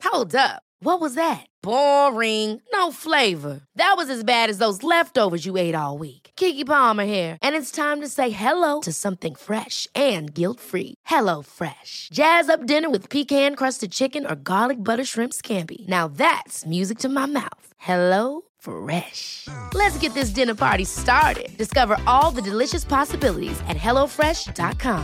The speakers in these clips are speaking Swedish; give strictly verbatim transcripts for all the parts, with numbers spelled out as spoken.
Hold up. What was that? Boring. No flavor. That was as bad as those leftovers you ate all week. Keke Palmer here, and it's time to say hello to something fresh and guilt-free. Hello Fresh. Jazz up dinner with pecan-crusted chicken or garlic butter shrimp scampi. Now that's music to my mouth. Hello Fresh. Let's get this dinner party started. Discover all the delicious possibilities at hello fresh dot com.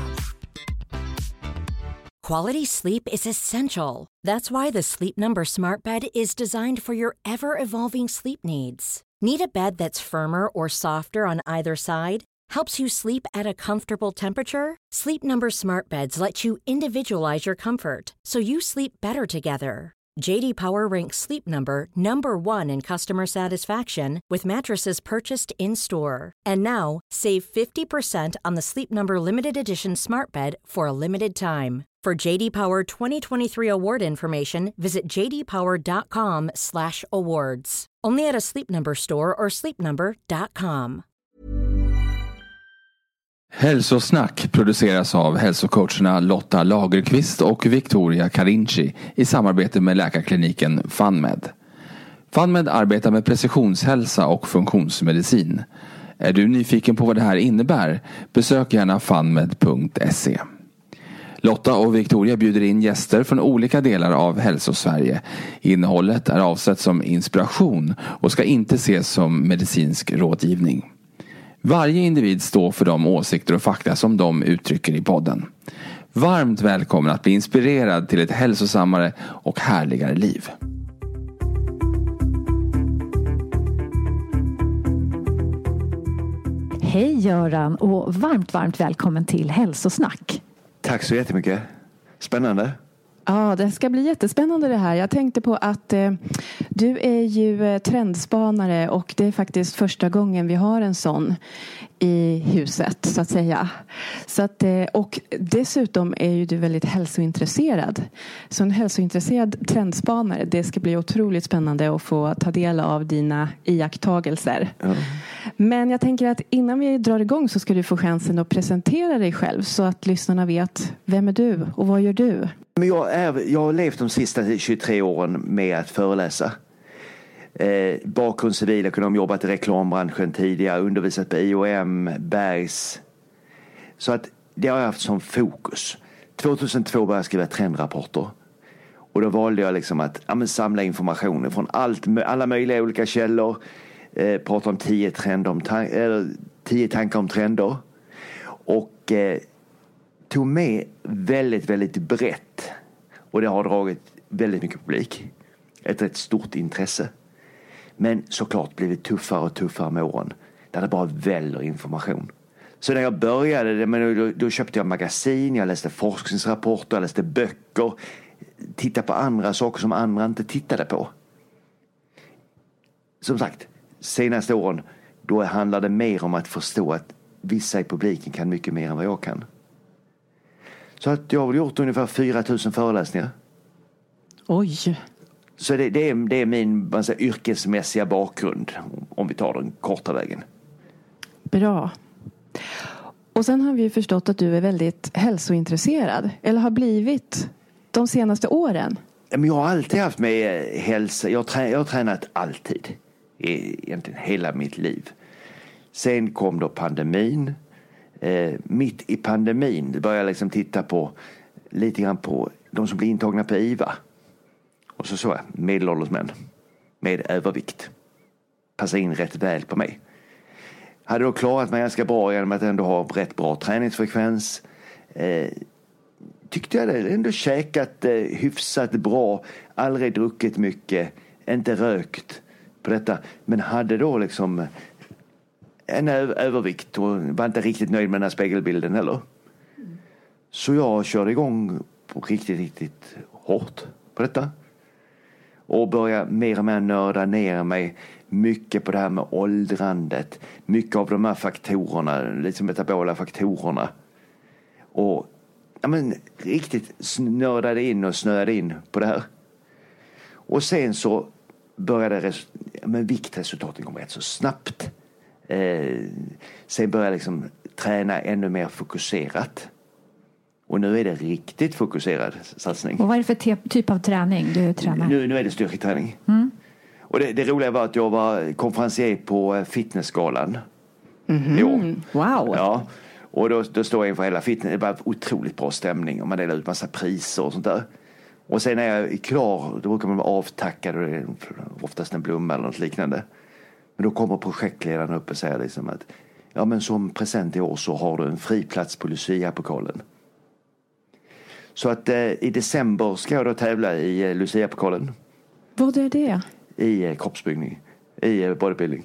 Quality sleep is essential. That's why the Sleep Number Smart Bed is designed for your ever-evolving sleep needs. Need a bed that's firmer or softer on either side? Helps you sleep at a comfortable temperature? Sleep Number Smart Beds let you individualize your comfort, so you sleep better together. J D Power ranks Sleep Number number one in customer satisfaction with mattresses purchased in-store. And now, save fifty percent on the Sleep Number Limited Edition Smart Bed for a limited time. For J D Power twenty twenty-three award information, visit j d power dot com slash awards. Only at a Sleep Number store or sleep number dot com. Hälsosnack produceras av hälsocoacherna Lotta Lagerqvist och Victoria Carinci i samarbete med läkarkliniken FunMed. FunMed arbetar med precisionshälsa och funktionsmedicin. Är du nyfiken på vad det här innebär? Besök gärna funmed punkt se. Lotta och Victoria bjuder in gäster från olika delar av Hälsosverige. Innehållet är avsett som inspiration och ska inte ses som medicinsk rådgivning. Varje individ står för de åsikter och fakta som de uttrycker i podden. Varmt välkommen att bli inspirerad till ett hälsosammare och härligare liv. Hej Göran och varmt, varmt välkommen till Hälsosnack. Tack så jättemycket. Spännande. Ja, det ska bli jättespännande det här. Jag tänkte på att eh, du är ju eh, trendspanare och det är faktiskt första gången vi har en sån i huset så att säga. Så att, eh, och dessutom är ju du väldigt hälsointresserad. Så en hälsointresserad trendspanare, det ska bli otroligt spännande att få ta del av dina iakttagelser. Mm. Men jag tänker att innan vi drar igång så ska du få chansen att presentera dig själv så att lyssnarna vet vem är du och vad gör du? Men jag, är, jag har levt de sista tjugotre åren med att föreläsa. Eh, bakgrund civilekonom, jobbat i reklambranschen tidigare, undervisat på I O M, Bergs. Så att det har jag haft som fokus. tjugohundratvå började jag skriva trendrapporter. Och då valde jag liksom att ja, men samla information från allt, alla möjliga olika källor. Eh, prata om tio, trender om tan- eller tio tankar om trender. Och eh, tog med väldigt, väldigt brett. Och det har dragit väldigt mycket publik. Ett rätt stort intresse. Men såklart blev det tuffare och tuffare med åren. Där det bara väller information. Så när jag började, då, då köpte jag magasin, jag läste forskningsrapporter, jag läste böcker. Tittade på andra saker som andra inte tittade på. Som sagt, senaste åren, då handlar det mer om att förstå att vissa i publiken kan mycket mer än vad jag kan. Så att jag har gjort ungefär fyra tusen föreläsningar. Oj! Så det, det, är, det är min man säger, yrkesmässiga bakgrund, om vi tar den korta vägen. Bra. Och sen har vi ju förstått att du är väldigt hälsointresserad. Eller har blivit de senaste åren. Men jag har alltid haft med hälsa. Jag, trä, jag har tränat alltid. Egentligen hela mitt liv. Sen kom då pandemin. Eh, mitt i pandemin började jag liksom titta på lite grann på de som blir intagna på I V A. Och så såg jag medelålders män med övervikt. Passade in rätt väl på mig. Hade då klarat mig ganska bra genom att ändå ha rätt bra träningsfrekvens. Eh, tyckte jag det ändå käkat eh, hyfsat bra. Aldrig druckit mycket. Inte rökt på detta. Men hade då liksom en övervikt och var inte riktigt nöjd med den här spegelbilden heller. Mm. Så jag körde igång på riktigt, riktigt hårt på detta. Och började mer och mer nörda ner mig mycket på det här med åldrandet. Mycket av de här faktorerna, liksom metabola faktorerna. Och ja, men, riktigt nördade in och snöade in på det här. Och sen så började res- men viktresultaten kom rätt så snabbt. Eh, sen började jag liksom träna ännu mer fokuserat. Och nu är det riktigt fokuserad satsning. Och vad är det för te- typ av träning du tränar? Nu, nu är det styrketräning. Mm. Och det, det roliga var att jag var konferencier på Fitnessgalan Mm-hmm. i år. Wow. Ja. Och då, då står jag inför hela fitness. Det var otroligt bra stämning. Och man delar ut massa priser och sånt där. Och sen när jag är klar, då brukar man vara avtackad. Och det är oftast en blomma eller något liknande. Men då kommer projektledaren upp och säger liksom att ja, men som present i år så har du en fri plats på Lucia-pokalen. Så att eh, i december ska jag då tävla i eh, Lucia-pokalen. Vad är det? I eh, kroppsbyggning. I eh, bodybuilding.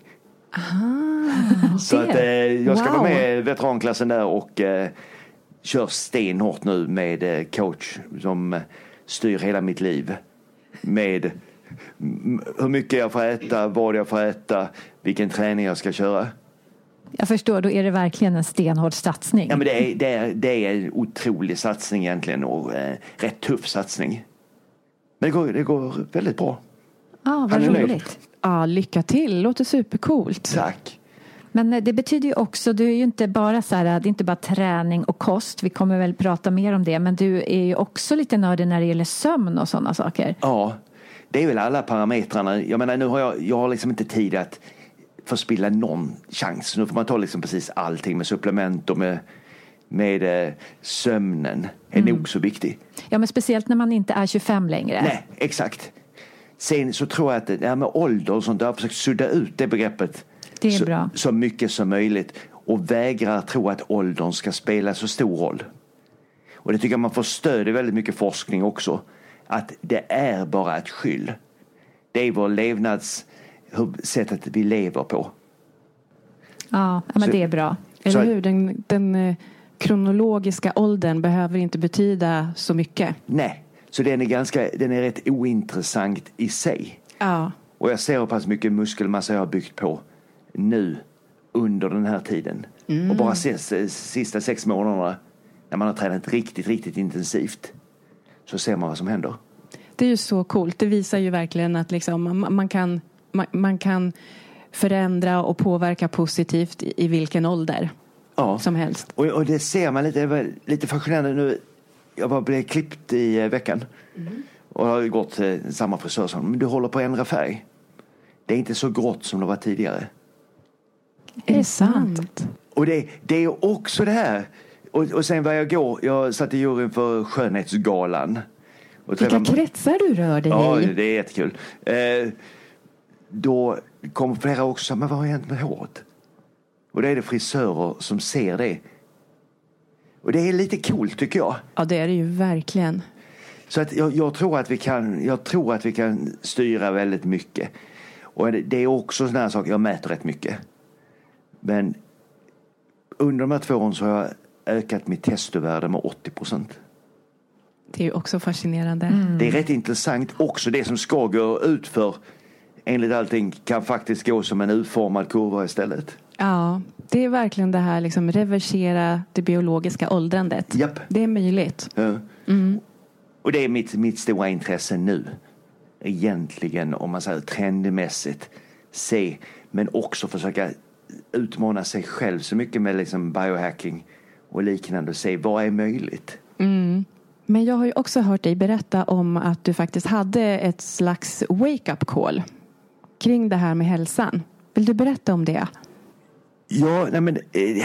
Aha, så att eh, jag ska wow. vara med i veteranklassen där och eh, kör stenhårt nu med eh, coach som eh, styr hela mitt liv. Med m- hur mycket jag får äta, vad jag får äta, vilken träning jag ska köra. Jag förstår, då är det verkligen en stenhård satsning. Ja, men det är, det är, det är en otrolig satsning egentligen och eh, rätt tuff satsning. Men det går, det går väldigt bra. Ja, vad roligt. Ja, lycka till. Låter supercoolt. Tack. Men det betyder ju också, du är ju inte bara så här, det är inte bara träning och kost. Vi kommer väl prata mer om det. Men du är ju också lite nördig när det gäller sömn och sådana saker. Ja, det är väl alla parametrarna. Jag menar, nu har jag, jag har liksom inte tid att förspilla någon chans. Nu får man ta liksom precis allting med supplement och med, med eh, sömnen. är mm. nog så viktig. Ja, men speciellt när man inte är tjugofem längre. Nej, exakt. Sen så tror jag att det här med ålder och sånt, jag har försökt sudda ut det begreppet det är så, bra. så mycket som möjligt. Och vägrar tro att åldern ska spela så stor roll. Och det tycker jag man får stöd i väldigt mycket forskning också. Att det är bara ett skyll. Det är vår levnads... sättet vi lever på. Ja, men så, det är bra. Eller hur? Den, den eh, kronologiska åldern behöver inte betyda så mycket. Nej, så den är ganska, den är rätt ointressant i sig. Ja. Och jag ser hur pass mycket muskelmassa jag har byggt på nu under den här tiden. Mm. Och bara ses, sista sex månaderna när man har tränat riktigt, riktigt intensivt så ser man vad som händer. Det är ju så coolt. Det visar ju verkligen att liksom man, man kan Man, man kan förändra och påverka positivt i, i vilken ålder ja. som helst. Och, och det ser man lite, det var lite fascinerande nu. Jag var blev klippt i eh, veckan. Mm. Och har gått till eh, samma frisör som, men du håller på att ändra färg. Det är inte så grått som det var tidigare. Är det sant? Och det, det är också det här. Och, och sen var jag går, jag satt i juryn för Skönhetsgalan. Och Vilka träffade, kretsar du rör dig ja, i? Ja, det är jättekul. Eh, Då kommer flera också, men vad har hänt med håret? Och det är det frisörer som ser det. Och det är lite coolt tycker jag. Ja, det är det ju verkligen. Så att jag, jag, tror att vi kan, jag tror att vi kan styra väldigt mycket. Och det, det är också sådana här saker, jag mäter rätt mycket. Men under de här två åren så har jag ökat mitt testovärde med åttio procent. Det är ju också fascinerande. Mm. Det är rätt intressant också, det som ska gå ut för enligt allting kan faktiskt gå som en utformad kurva istället. Ja, det är verkligen det här liksom reversera det biologiska åldrandet. Japp. Det är möjligt. Ja. Mm. Och det är mitt, mitt stora intresse nu. Egentligen om man säger trendmässigt se, men också försöka utmana sig själv så mycket med liksom biohacking och liknande och se vad är möjligt. Mm. Men jag har ju också hört dig berätta om att du faktiskt hade ett slags wake-up call kring det här med hälsan. Vill du berätta om det? Ja, nej men eh,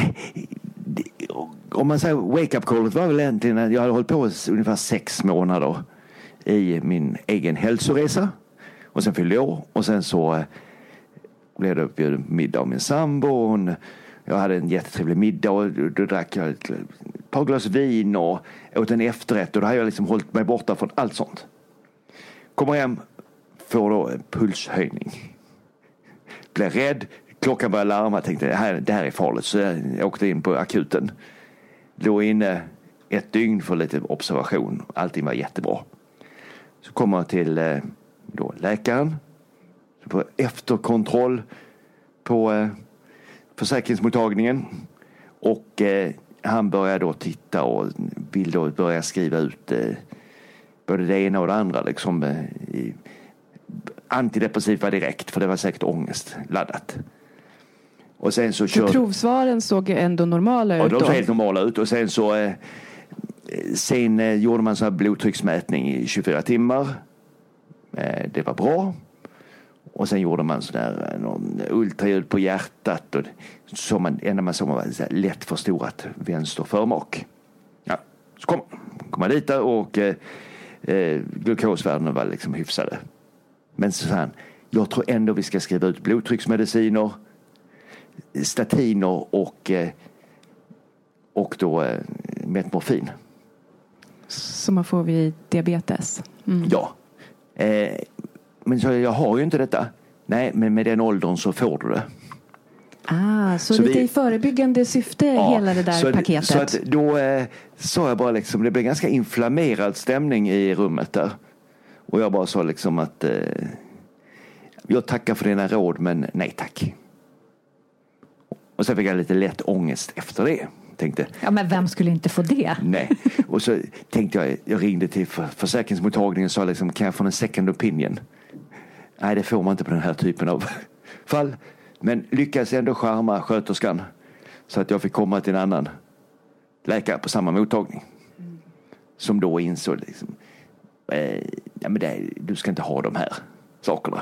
om man säger wake-up callet var väl egentligen att jag hade hållit på ungefär sex månader i min egen hälsoresa. Och sen fyllde jag år. Och sen så eh, blev det uppbjuden middag av min sambo. Hon, jag hade en jättetrevlig middag och då, då drack jag ett par glas vin och åt en efterrätt. Och då hade jag liksom hållit mig borta från allt sånt. Kommer hem, får då en pulshöjning. Blev rädd. Klockan började larma. Tänkte det här, det här är farligt. Så jag åkte in på akuten. Låg inne ett dygn för lite observation. Allting var jättebra. Så kommer jag till eh, då, läkaren. Så på efterkontroll på eh, försäkringsmottagningen. Och eh, han börjar då titta och vill då börja skriva ut eh, både det ena och det andra. Liksom, eh, i, antidepressiva direkt. För det var säkert ångest laddat. Och sen så kör... Provsvaren såg ändå normala ut. Ja, de såg då. helt normala ut. Och sen så eh, Sen eh, gjorde man så här blodtrycksmätning i tjugofyra timmar. Eh, det var bra. Och sen gjorde man sådär någon ultraljud på hjärtat. Och så man, enda man såg var så lätt förstorat vänster förmak. Ja, så kom, kom man dit där och eh, eh, glukosvärdena var liksom hyfsade. Men så sa han, jag tror ändå vi ska skriva ut blodtrycksmediciner, statiner och, eh, och då eh, metmorfin. Så man får vid diabetes? Mm. Ja. Eh, men så jag har ju inte detta. Nej, men med den åldern så får du det. Ah, så, så lite vi, i förebyggande syfte ja, hela det där så, paketet. Så att då eh, sa jag bara liksom, det blev ganska inflammerad stämning i rummet där. Och jag bara sa liksom att eh, jag tackar för dina råd men nej tack. Och sen fick jag lite lätt ångest efter det. Tänkte, ja, men vem skulle inte få det? Nej. Och så tänkte jag, jag ringde till för, försäkringsmottagningen och sa liksom, kan jag få en second opinion? Nej, det får man inte på den här typen av fall. Men lyckades ändå charma sköterskan så att jag fick komma till en annan läkare på samma mottagning. Mm. Som då insåg liksom, eh, ja, men det, du ska inte ha de här sakerna.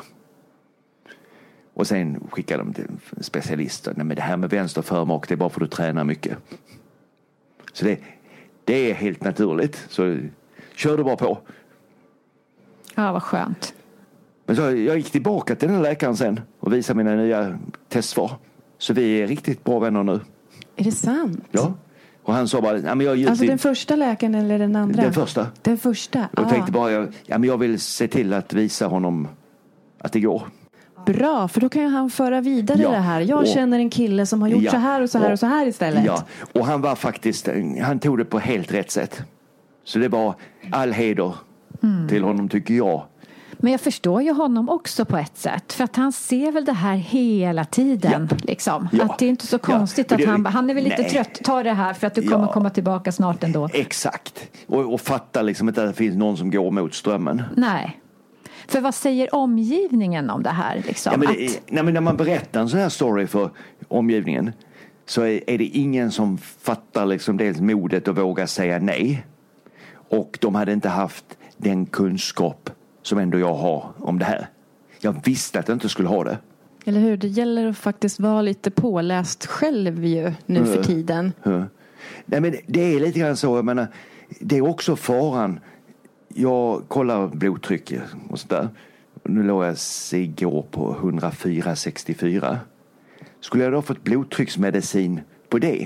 Och sen skickade de till specialister. Nej, men det här med vänster förmak, det är bara för att du tränar mycket. Så det, det är helt naturligt. Så kör du bara på. Ja, vad skönt. Men så jag gick tillbaka till den här läkaren sen och visade mina nya testsvar. Så vi är riktigt bra vänner nu. Är det sant? Ja. Och han sa bara, ja, men jag alltså den första läkaren eller den andra? Den första. Den första. Jag ah. tänkte bara, ja, men jag vill se till att visa honom att det går. Bra, för då kan ju han föra vidare ja, det här. Jag och, känner en kille som har gjort ja, så här och så här och, och så här istället. Ja, och han var faktiskt, han tog det på helt rätt sätt. Så det var all heder mm. till honom tycker jag. Men jag förstår ju honom också på ett sätt. För att han ser väl det här hela tiden. Ja. Liksom. Ja. Att det är inte så konstigt ja. att det, han, han är väl lite nej. trött. Ta det här för att du kommer ja. komma tillbaka snart ändå. Exakt. Och, och fatta liksom inte att det finns någon som går mot strömmen. Nej. För vad säger omgivningen om det här? Liksom? Ja, men det, att... nej, men när man berättar en sån här story för omgivningen så är, är det ingen som fattar liksom dels modet att våga säga nej. Och de hade inte haft den kunskap som ändå jag har om det här. Jag visste att jag inte skulle ha det. Eller hur? Det gäller att faktiskt vara lite påläst själv ju nu mm. för tiden. Mm. Nej, men det är lite grann så. Jag menar, det är också faran. Jag kollar blodtrycket och sådär. Nu låg jag igår på hundrafyra komma sextiofyra. Skulle jag då fått blodtrycksmedicin på det,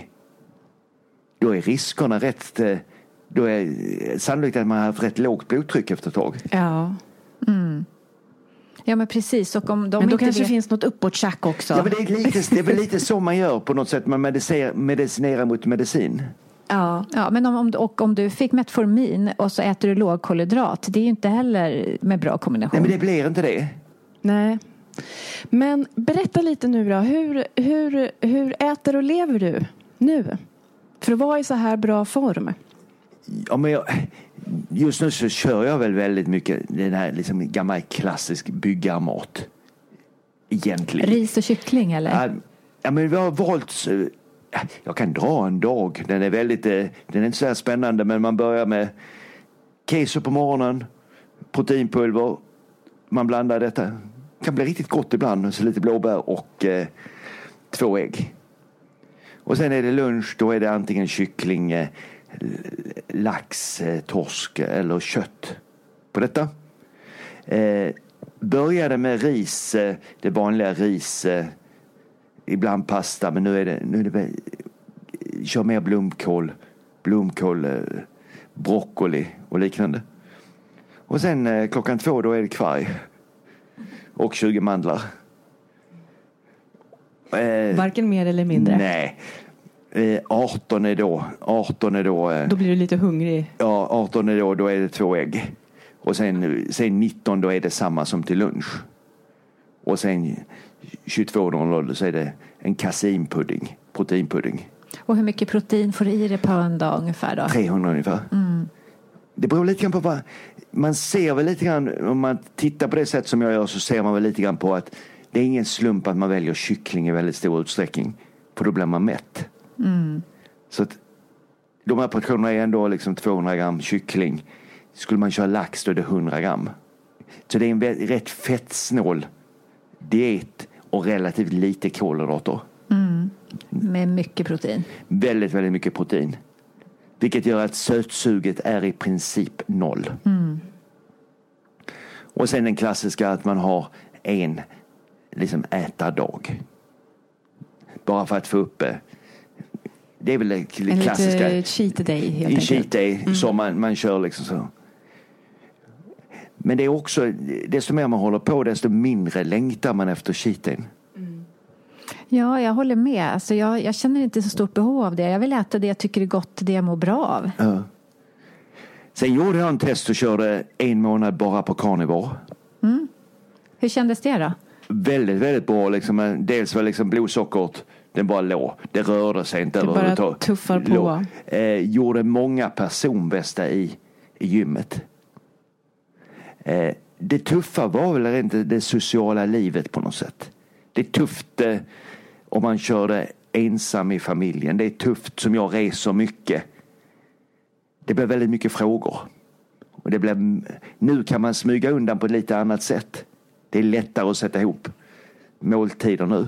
då är riskerna rätt... Då är sannolikt att man har haft rätt lågt blodtryck efter ett tag. Ja. Mm. Ja, men precis. Och om de men då inte kanske vet... det finns något uppåtchack också. Ja, men det är, lite, det är väl lite så man gör på något sätt. Man medicinerar, medicinerar mot medicin. Ja, ja men om, om, och om du fick metformin och så äter du lågkolhydrat, det är ju inte heller med bra kombination. Nej, men det blir inte det. Nej. Men berätta lite nu då. Hur, hur, hur äter och lever du nu? För att vara i så här bra form. Ja, men jag, just nu så kör jag väl väldigt mycket den här liksom gammal klassisk byggarmat. Egentligen. Ris och kyckling eller? Ja, ja, men vi har valt... Jag kan dra en dag. Den är väldigt... Den är inte så här spännande, men man börjar med keso på morgonen, proteinpulver. Man blandar detta. Det kan bli riktigt gott ibland. Så lite blåbär och eh, två ägg. Och sen är det lunch. Då är det antingen kyckling, eh, lax, eh, torsk eller kött på detta. Eh, började med ris. Eh, det vanliga ris... Eh, ibland pasta, men nu är det, nu är det kör mer blomkål, blomkål, eh, broccoli och liknande. Och sen eh, klockan två då är det kvarg och tjugo mandlar. Eh, Varken mer eller mindre. Nej. Eh, arton är då, arton är då. Eh, då blir du lite hungrig. Ja, arton är då, då är det två ägg. Och sen, sen nitton då är det samma som till lunch. Och sen tjugotvå noll så är det en kasinpudding, proteinpudding. Och hur mycket protein får du i det på en dag ungefär då? trehundra ungefär. Mm. Det beror lite grann på vad... Man ser väl lite grann, om man tittar på det sätt som jag gör så ser man väl lite grann på att det är ingen slump att man väljer kyckling i väldigt stor utsträckning. För då blir man mätt. Mm. Så att de här portionerna är ändå liksom tvåhundra gram kyckling. Skulle man köra lax då är det hundra gram. Så det är en rätt fettsnål diet och relativt lite kolhydrater. Mm. Med mycket protein. Väldigt, väldigt mycket protein. Vilket gör att sötsuget är i princip noll. Mm. Och sen den klassiska att man har en liksom ätardag. Bara för att få upp det är väl det klassiska. En cheat day helt enkelt. En cheat day mm. som man, man kör liksom så. Men det är också, desto mer man håller på desto mindre längtar man efter cheat dayn. Mm. Ja, jag håller med. Alltså jag, jag känner inte så stort behov av det. Jag vill äta det jag tycker är gott, det jag mår bra av. Ja. Sen gjorde jag en test och körde en månad bara på carnivore. Mm. Hur kändes det då? Väldigt, väldigt bra. Liksom, dels var liksom blodsockret, den bara låg. Det rörde sig inte överhuvudtaget. Det bara tuffar på. Eh, gjorde många personbästa i, i gymmet. Eh, det tuffa var väl inte det sociala livet på något sätt. Det är tufft eh, om man kör det ensam i familjen. Det är tufft som jag reser mycket. Det blev väldigt mycket frågor. Och det blev, nu kan man smyga undan på ett lite annat sätt. Det är lättare att sätta ihop måltider nu.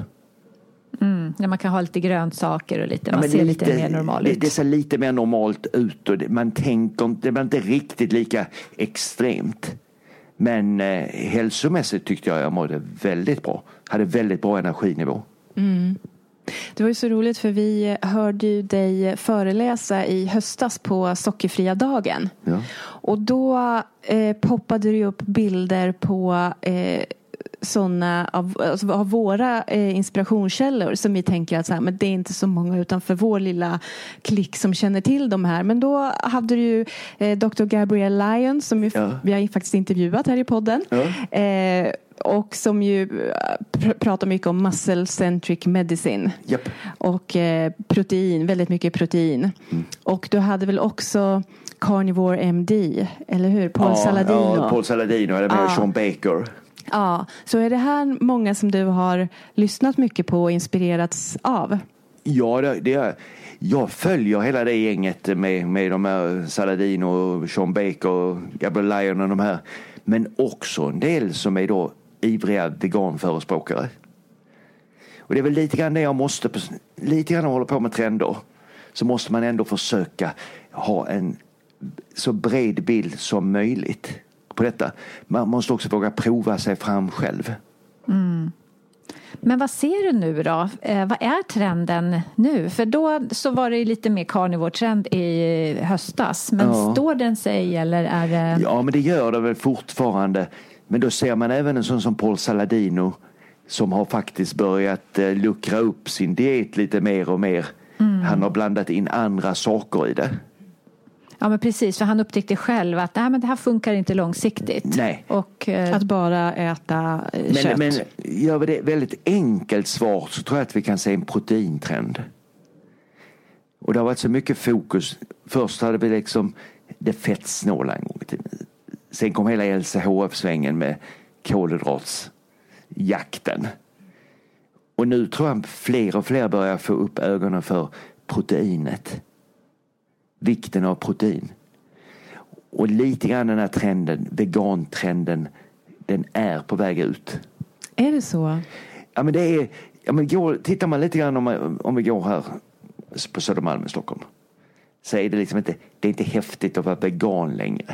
Mm, när man kan ha lite grönsaker och lite, man ja, ser lite, lite mer normal ut. Det, det ser lite mer normalt ut och det, man tänker inte, det blir inte riktigt lika extremt. Men eh, hälsomässigt tyckte jag jag mådde väldigt bra. Hade väldigt bra energinivå. Mm. Det var ju så roligt för vi hörde ju dig föreläsa i höstas på sockerfria dagen. Ja. Och då eh, poppade det ju upp bilder på eh, sådana av, alltså av våra eh, inspirationskällor som vi tänker att så här, men det är inte så många utanför vår lilla klick som känner till de här. Men då hade du ju eh, doktor Gabrielle Lyon som ju, ja. vi har faktiskt intervjuat här i podden. Ja. Eh, och som ju pr- pratar mycket om muscle-centric medicine. Yep. Och eh, protein, väldigt mycket protein. Mm. Och du hade väl också Carnivore M D, eller hur? Paul ja, Saladino. Ja, Paul Saladino, eller med ja. Sean Baker. Ja, så är det här många som du har lyssnat mycket på och inspirerats av? Ja, det, det är, jag följer hela det gänget med, med de här Saladino, Sean Baker och Gabrielle Lyon och de här. Men också en del som är då ivriga veganförespråkare. Och det är väl lite grann det jag måste, lite grann hålla på med trender. Så måste man ändå försöka ha en så bred bild som möjligt på detta. Man måste också våga prova sig fram själv. Mm. Men vad ser du nu då? Eh, vad är trenden nu? För då så var det lite mer carnivore-trend i höstas. Men ja. Står den sig eller är det... Ja, men det gör det väl fortfarande. Men då ser man även en sån som Paul Saladino som har faktiskt börjat eh, luckra upp sin diet lite mer och mer. Mm. Han har blandat in andra saker i det. Ja, men precis, för han upptäckte själv att nej, men det här funkar inte långsiktigt. Nej. Och, eh... att bara äta men, kött. Men gör vi det väldigt enkelt svar så tror jag att vi kan se en proteintrend. Och det har varit så mycket fokus. Först hade vi liksom det fettsnåla en gång i tiden. Sen kom hela L C H F-svängen med kolhydratsjakten. Och nu tror jag fler och fler börjar få upp ögonen för proteinet. Vikten av protein. Och lite grann den här trenden, vegantrenden, den är på väg ut. Är det så? Ja, men det är, ja, men går, tittar man lite grann om, om vi går här på Södermalm i Stockholm, så är det liksom inte, det är inte häftigt att vara vegan längre.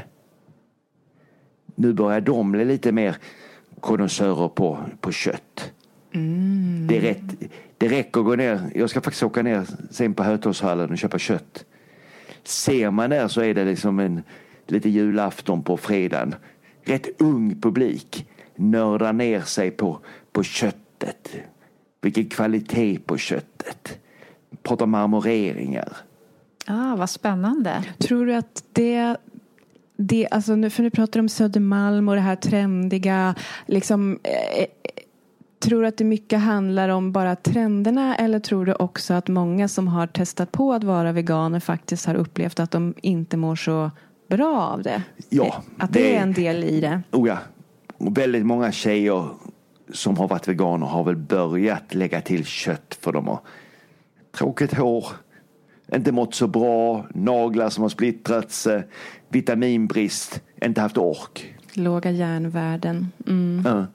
Nu börjar de bli lite mer kondensörer på, på kött. Mm. Det, är rätt, det räcker att gå ner. Jag ska faktiskt åka ner sen på Hötorgshallen och köpa kött. Ser man där så är det liksom en lite julafton på fredagen. Rätt ung publik nördar ner sig på, på köttet. Vilken kvalitet på köttet. Pratar marmoreringar. Ah, vad spännande. Tror du att det... Det, alltså nu, för nu pratar om Södermalm och det här trendiga liksom, eh, tror du att det mycket handlar om bara trenderna eller tror du också att många som har testat på att vara veganer faktiskt har upplevt att de inte mår så bra av det? Ja. Att det, det är en del i det? Oh ja. Och väldigt många tjejer som har varit veganer har väl börjat lägga till kött för de har tråkigt hår, Inte mått så bra, naglar som har splittrats, vitaminbrist, inte haft ork. Låga järnvärden. Mm. Ja.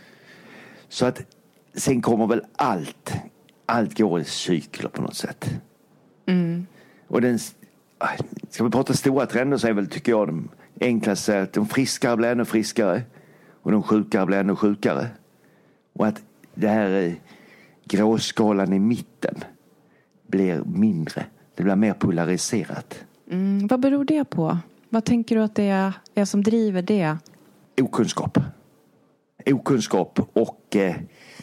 Så att sen kommer väl allt, allt går i cykler på något sätt. Mm. Och den, ska vi prata stora trender så är väl, tycker jag, de enklaste att de friskare blir ännu friskare och de sjukare blir ännu sjukare. Och att det här gråskalan i mitten blir mindre. Det blir mer polariserat. Mm. Vad beror det på? Vad tänker du att det är, är som driver det? Okunskap. Okunskap och eh,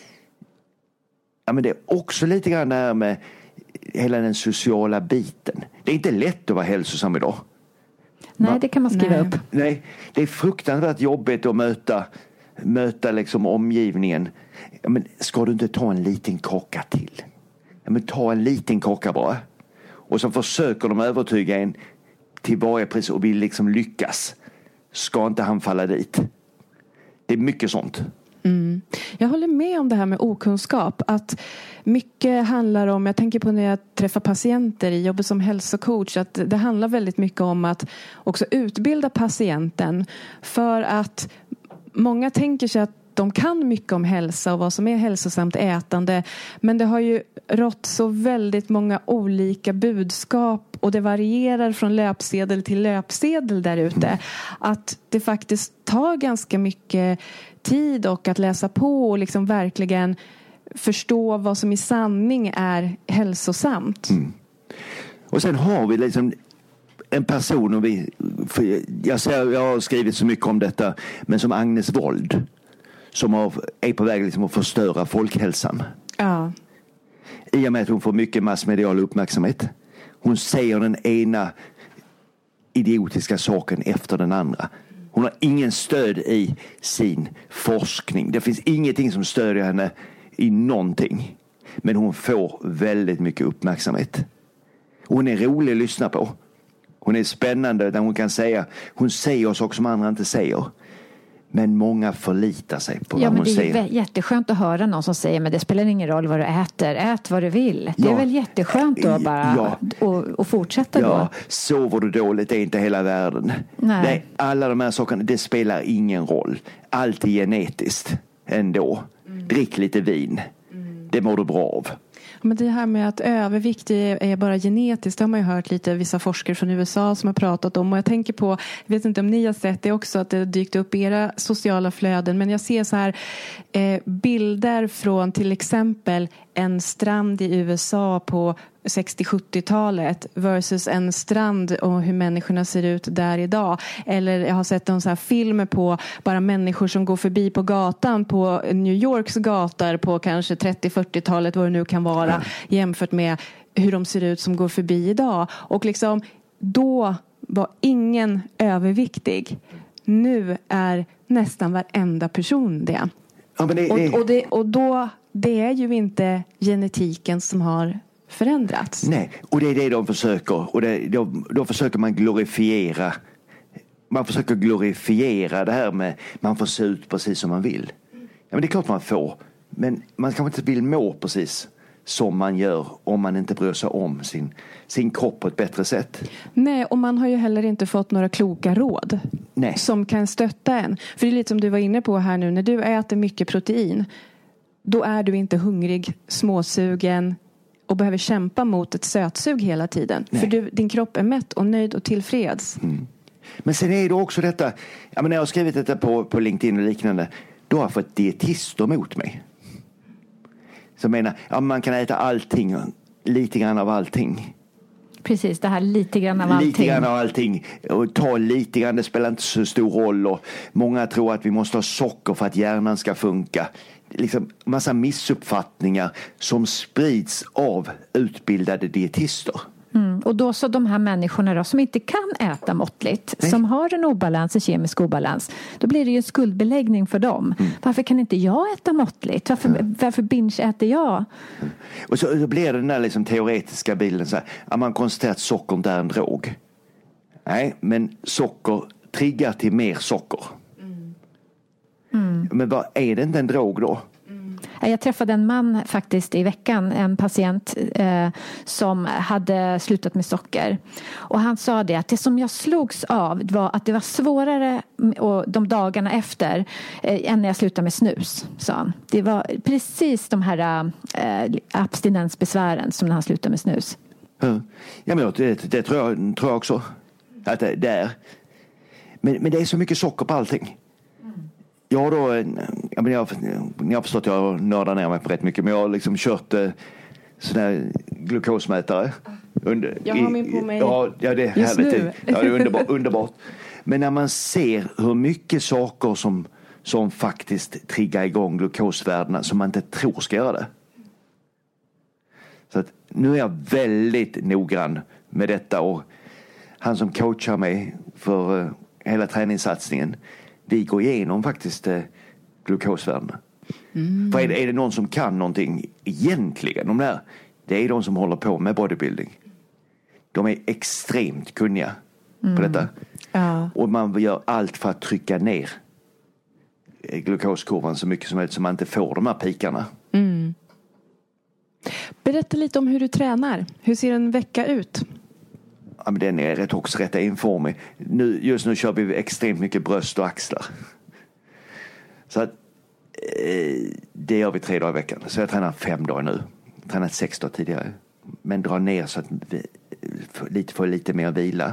ja, men det är också lite grann det här med hela den sociala biten. Det är inte lätt att vara hälsosam idag. Nej, det kan man skriva Nej. upp. Nej, det är fruktansvärt jobbigt att möta, möta liksom omgivningen. Ja, men ska du inte ta en liten kaka till? Ja, men ta en liten kaka bara. Och så försöker de övertyga en till varje pris och vill liksom lyckas. Ska inte han falla dit? Det är mycket sånt. Mm. Jag håller med om det här med okunskap. Att mycket handlar om, jag tänker på när jag träffar patienter i jobbet som hälsocoach, att det handlar väldigt mycket om att också utbilda patienten. För att många tänker sig att de kan mycket om hälsa och vad som är hälsosamt ätande. Men det har ju rått så väldigt många olika budskap och det varierar från löpsedel till löpsedel där ute. Att det faktiskt tar ganska mycket tid och att läsa på och liksom verkligen förstå vad som i sanning är hälsosamt. Mm. Och sen har vi liksom en person, och vi, jag, ser, jag har skrivit så mycket om detta, men som Agnes Wold, som har, är på väg liksom att förstöra folkhälsan. Ja. I och med att hon får mycket massmedial uppmärksamhet. Hon säger den ena idiotiska saken efter den andra. Hon har ingen stöd i sin forskning. Det finns ingenting som stödjer henne i någonting. Men hon får väldigt mycket uppmärksamhet. Hon är rolig att lyssna på. Hon är spännande där hon kan säga, hon säger saker som andra inte säger. Men många förlitar sig på ja, vad hon säger. Ja, men det är ju jätteskönt att höra någon som säger, men det spelar ingen roll vad du äter. Ät vad du vill. Det ja. är väl jätteskönt då bara ja. och, och fortsätta ja. då. Sover du dåligt, det är inte hela världen. Nej. Nej, alla de här sakerna, det spelar ingen roll. Allt är genetiskt ändå. Mm. Drick lite vin. Mm. Det mår du bra av. Men det här med att övervikt är bara genetiskt, det har man ju hört lite vissa forskare från U S A som har pratat om. Och jag tänker på, jag vet inte om ni har sett det också, att det dykt upp i era sociala flöden. Men jag ser så här eh, bilder från till exempel en strand i U S A på sextio-sjuttiotalet versus en strand och hur människorna ser ut där idag. Eller jag har sett en så här film på bara människor som går förbi på gatan på New Yorks gator på kanske trettio-fyrtiotalet, vad det nu kan vara, mm. jämfört med hur de ser ut som går förbi idag. Och liksom då var ingen överviktig. Nu är nästan varenda person det. Ja, men det, det... Och, och, det, och då, det är ju inte genetiken som har förändrats. Nej, och det är det de försöker. Och det, då, då försöker man glorifiera. Man försöker glorifiera det här med man får se ut precis som man vill. Ja, men det är klart man får. Men man kanske inte vill må precis som man gör om man inte bryr sig om sin, sin kropp på ett bättre sätt. Nej, och man har ju heller inte fått några kloka råd. Nej. Som kan stötta en. För det är lite som du var inne på här nu. När du äter mycket protein, då är du inte hungrig, småsugen och behöver kämpa mot ett sötsug hela tiden. Nej. För du, din kropp är mätt och nöjd och tillfreds. Mm. Men sen är det också detta, jag menar, jag har skrivit detta på, på LinkedIn och liknande. Då har jag fått dietister mot mig. Som menar, ja, man kan äta allting, lite grann av allting. Precis, det här lite grann av allting. Lite grann av allting. Och ta lite grann, det spelar inte så stor roll. Och många tror att vi måste ha socker för att hjärnan ska funka. Liksom massa missuppfattningar som sprids av utbildade dietister. Mm. Och då så de här människorna då, som inte kan äta måttligt, Nej. som har en obalans, en kemisk obalans, då blir det ju en skuldbeläggning för dem. Mm. Varför kan inte jag äta måttligt? Varför, mm. varför binge äter jag? Mm. Och så, så blir det den där liksom teoretiska bilden så här, att man konstaterar att socker inte är en drog. Nej, men socker triggar till mer socker. Mm. Mm. Men vad är det inte en drog då? Jag träffade en man faktiskt i veckan, en patient eh, som hade slutat med socker. Och han sa det att det som jag slogs av var att det var svårare och de dagarna efter eh, än när jag slutade med snus, sa han. Det var precis de här eh, abstinensbesvären som när han slutade med snus. Ja, men det, det tror, jag, tror jag också att det, det är. Men, men det är så mycket socker på allting. Jag har då, jag, men jag, ni har förstått att jag nördar ner mig på rätt mycket, men jag har liksom kört eh, sådana här glukosmätare. Under, jag har min på mig ja, ja, det är härligt. nu. Ja, det är underbart, underbart. Men när man ser hur mycket saker som, som faktiskt triggar igång glukosvärdena som man inte tror ska göra det. Så att nu är jag väldigt noggrann med detta, och han som coachar mig för uh, hela träningssatsningen, vi går igenom faktiskt uh, glukosvärdena. Mm. För är det, är det någon som kan någonting egentligen, de där, det är de som håller på med bodybuilding. De är extremt kunniga mm. på detta. Ja. Och man gör allt för att trycka ner glukoskurvan så mycket som möjligt så man inte får de här pikarna. Mm. Berätta lite om hur du tränar. Hur ser en vecka ut? Ja, men den är rätt också rätt enformig. Nu, just nu kör vi extremt mycket bröst och axlar. Så att eh, det gör vi tre dagar i veckan. Så jag tränar fem dagar nu. Jag har tränat sex dagar tidigare. Men drar ner så att vi får lite, får lite mer vila.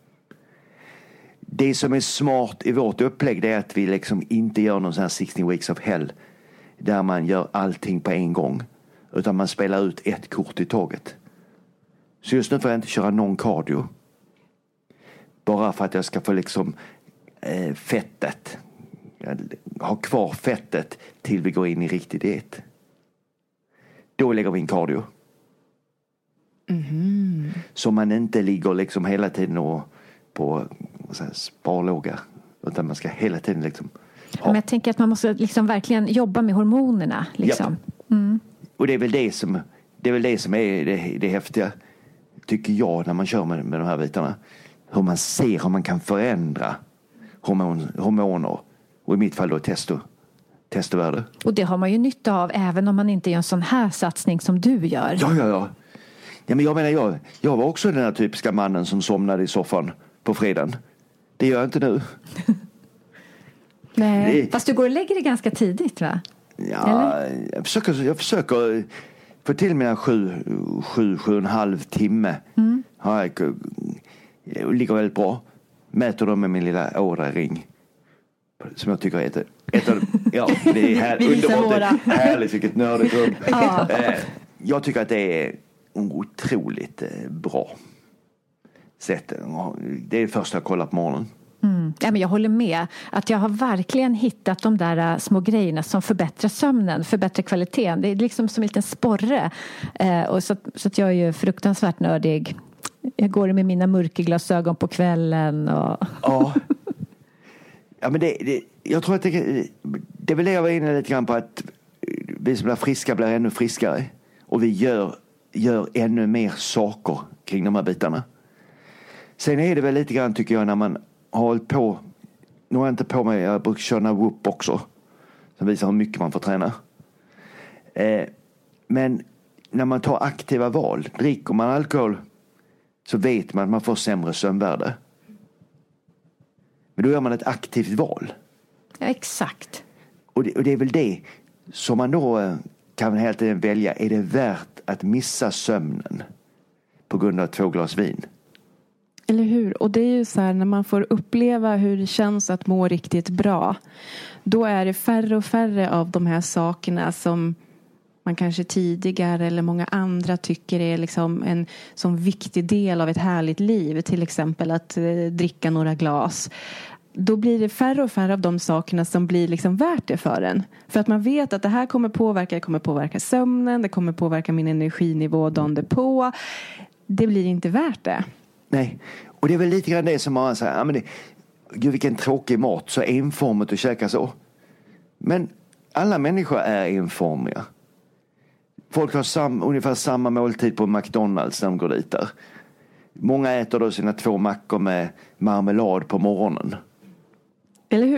Det som är smart i vårt upplägg, det är att vi liksom inte gör någon sån här sexton weeks of hell. Där man gör allting på en gång. Utan man spelar ut ett kort i taget. Så just nu får jag inte köra någon cardio. Bara för att jag ska få liksom eh, fettet. Ha kvar fettet till vi går in i riktig diet. Då lägger vi in cardio. Mm. Så man inte ligger liksom hela tiden och på så här, sparlåga. Utan man ska hela tiden liksom ha. Men jag tänker att man måste liksom verkligen jobba med hormonerna. Liksom. Mm. Och det är väl det som, det är, väl det som är det, det häftiga, tycker jag, när man kör med, med de här bitarna. Hur man ser hur man kan förändra hormon, hormoner. Och i mitt fall då testo, testovärde. Och det har man ju nytta av även om man inte gör en sån här satsning som du gör. Ja, ja, ja. Ja, men jag menar, jag, jag var också den här typiska mannen som somnade i soffan på fredagen. Det gör jag inte nu. Nej. Det... Fast du går och lägger det ganska tidigt, va? Ja, jag försöker, jag försöker få till mina sju, sju, sju och en halv timme. Mm. Ja, jag, jag ligger väldigt bra. Mäter dem med min lilla Oura-ring. Som jag tycker heter. Ett av, ja, det är här, underbart. Härligt, vilket nördigt rum. Ja. Jag tycker att det är otroligt bra sätt. Det är det första jag kollar på morgonen. Mm. Ja, men jag håller med. Att jag har verkligen hittat de där små grejerna som förbättrar sömnen, förbättrar kvaliteten. Det är liksom som en liten sporre. Eh, och så, så att jag är ju fruktansvärt nördig. Jag går med mina mörkerglasögon på kvällen. Och... Ja. Ja, men det, det, jag tror att det, det vill jag vara inne lite grann på, att vi som blir friska blir ännu friskare. Och vi gör, gör ännu mer saker kring de här bitarna. Sen är det väl lite grann, tycker jag, när man har hållit på. Nu har jag inte på mig, jag brukar köra Whoop också. Som visar hur mycket man får träna. Eh, men när man tar aktiva val, dricker man alkohol, så vet man att man får sämre sömnvärde. Men då gör man ett aktivt val. Ja, exakt. Och det, och det är väl det som man då kan helt tiden välja. Är det värt att missa sömnen på grund av två glas vin? Eller hur? Och det är ju så här, när man får uppleva hur det känns att må riktigt bra. Då är det färre och färre av de här sakerna som man kanske tidigare eller många andra tycker är liksom en sån viktig del av ett härligt liv. Till exempel att eh, dricka några glas. Då blir det färre och färre av de sakerna som blir liksom värt det för en. För att man vet att det här kommer påverka, det kommer påverka sömnen, det kommer påverka min energinivå dagen därpå. Det blir inte värt det. Nej, och det är väl lite grann det som man säger, ja, men det, gud vilken tråkig mat, så enformigt att käka så. Men alla människor är enformiga. Folk har sam, ungefär samma måltid på McDonalds när de går dit där. Många äter då sina två mackor med marmelad på morgonen. Eller hur?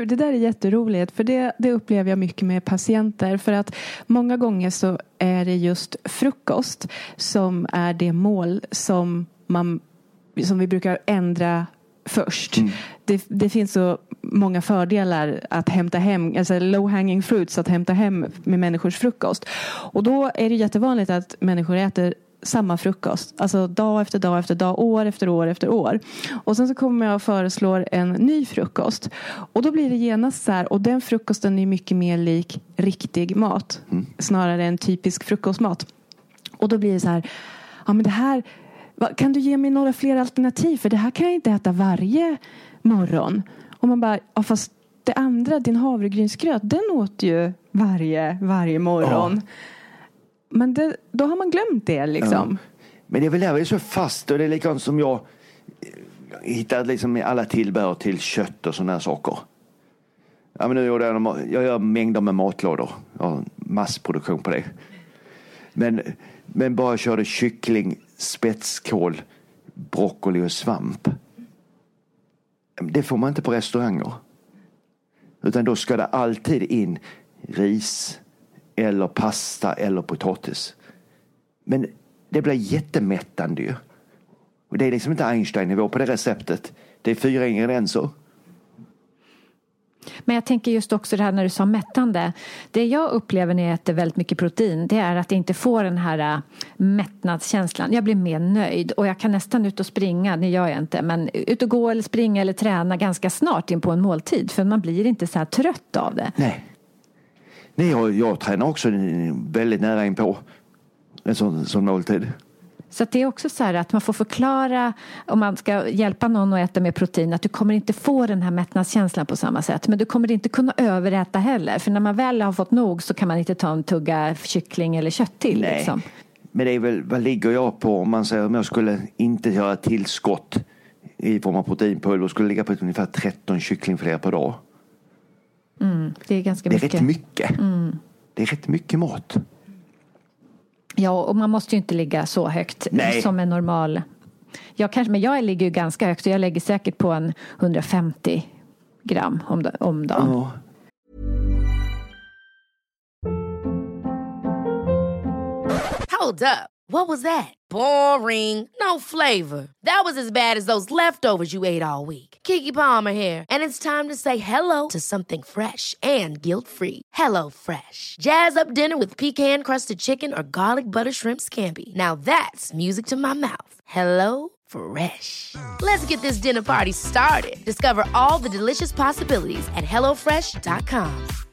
du, det där är jätteroligt. För det, det upplever jag mycket med patienter. För att många gånger så är det just frukost som är det mål som, man, som vi brukar ändra först. Mm. Det, det finns så många fördelar att hämta hem, alltså low hanging fruits att hämta hem med människors frukost. Och då är det jättevanligt att människor äter samma frukost. Alltså dag efter dag efter dag, år efter år efter år. Och sen så kommer jag och föreslår en ny frukost. Och då blir det genast så här, och den frukosten är mycket mer lik riktig mat. Mm. Snarare än typisk frukostmat. Och då blir det så här, ja men det här, kan du ge mig några fler alternativ? För det här kan jag inte äta varje morgon. Och man bara, ja fast det andra, din havregrynsgröt, den åt ju varje, varje morgon. Ja. Men det, då har man glömt det liksom. Ja. Men det är väl där vi är så fast. Och det är likadant som jag hittar liksom alla tillbehör till kött och sådana här saker. Ja, men nu gör jag, jag gör mängder med matlådor. Jag har massproduktion på det. Men, men bara körde kyckling, spetskål, broccoli och svamp. Det får man inte på restauranger. Utan då ska det alltid in ris eller pasta eller potatis. Men det blir jättemättande ju. Och det är liksom inte Einstein-nivå på det receptet. Det är fyra ingredienser. Men jag tänker just också det här när du sa mättande. Det jag upplever när jag äter väldigt mycket protein, det är att jag inte får den här mättnadskänslan. Jag blir mer nöjd och jag kan nästan ut och springa, det gör jag inte. Men ut och gå eller springa eller träna ganska snart in på en måltid. För man blir inte så här trött av det. Nej. Nej, jag, jag tränar också väldigt nära in på en sån, sån måltid. Så att det är också så här att man får förklara om man ska hjälpa någon att äta med protein att du kommer inte få den här mättnadskänslan på samma sätt. Men du kommer inte kunna överäta heller. För när man väl har fått nog så kan man inte ta en tugga kyckling eller kött till. Nej. Liksom. Men det är väl, vad ligger jag på om man säger om jag skulle inte göra tillskott i form av proteinpulver och skulle ligga på ungefär tretton kycklingfiléer per dag. Mm, det är ganska mycket. Det är mycket. rätt mycket. Mm. Det är rätt mycket mat. Ja, och man måste ju inte ligga så högt. Nej. Som en normal. Jag kanske, men jag ligger ju ganska högt. Så jag lägger säkert på en hundrafemtio gram om, om dagen. Oh. Hold up. What was that? Boring. No flavor. That was as bad as those leftovers you ate all week. Keke Palmer here. And it's time to say hello to something fresh and guilt-free. Hello Fresh. Jazz up dinner with pecan-crusted chicken or garlic butter shrimp scampi. Now that's music to my mouth. Hello Fresh. Let's get this dinner party started. Discover all the delicious possibilities at hello fresh dot com.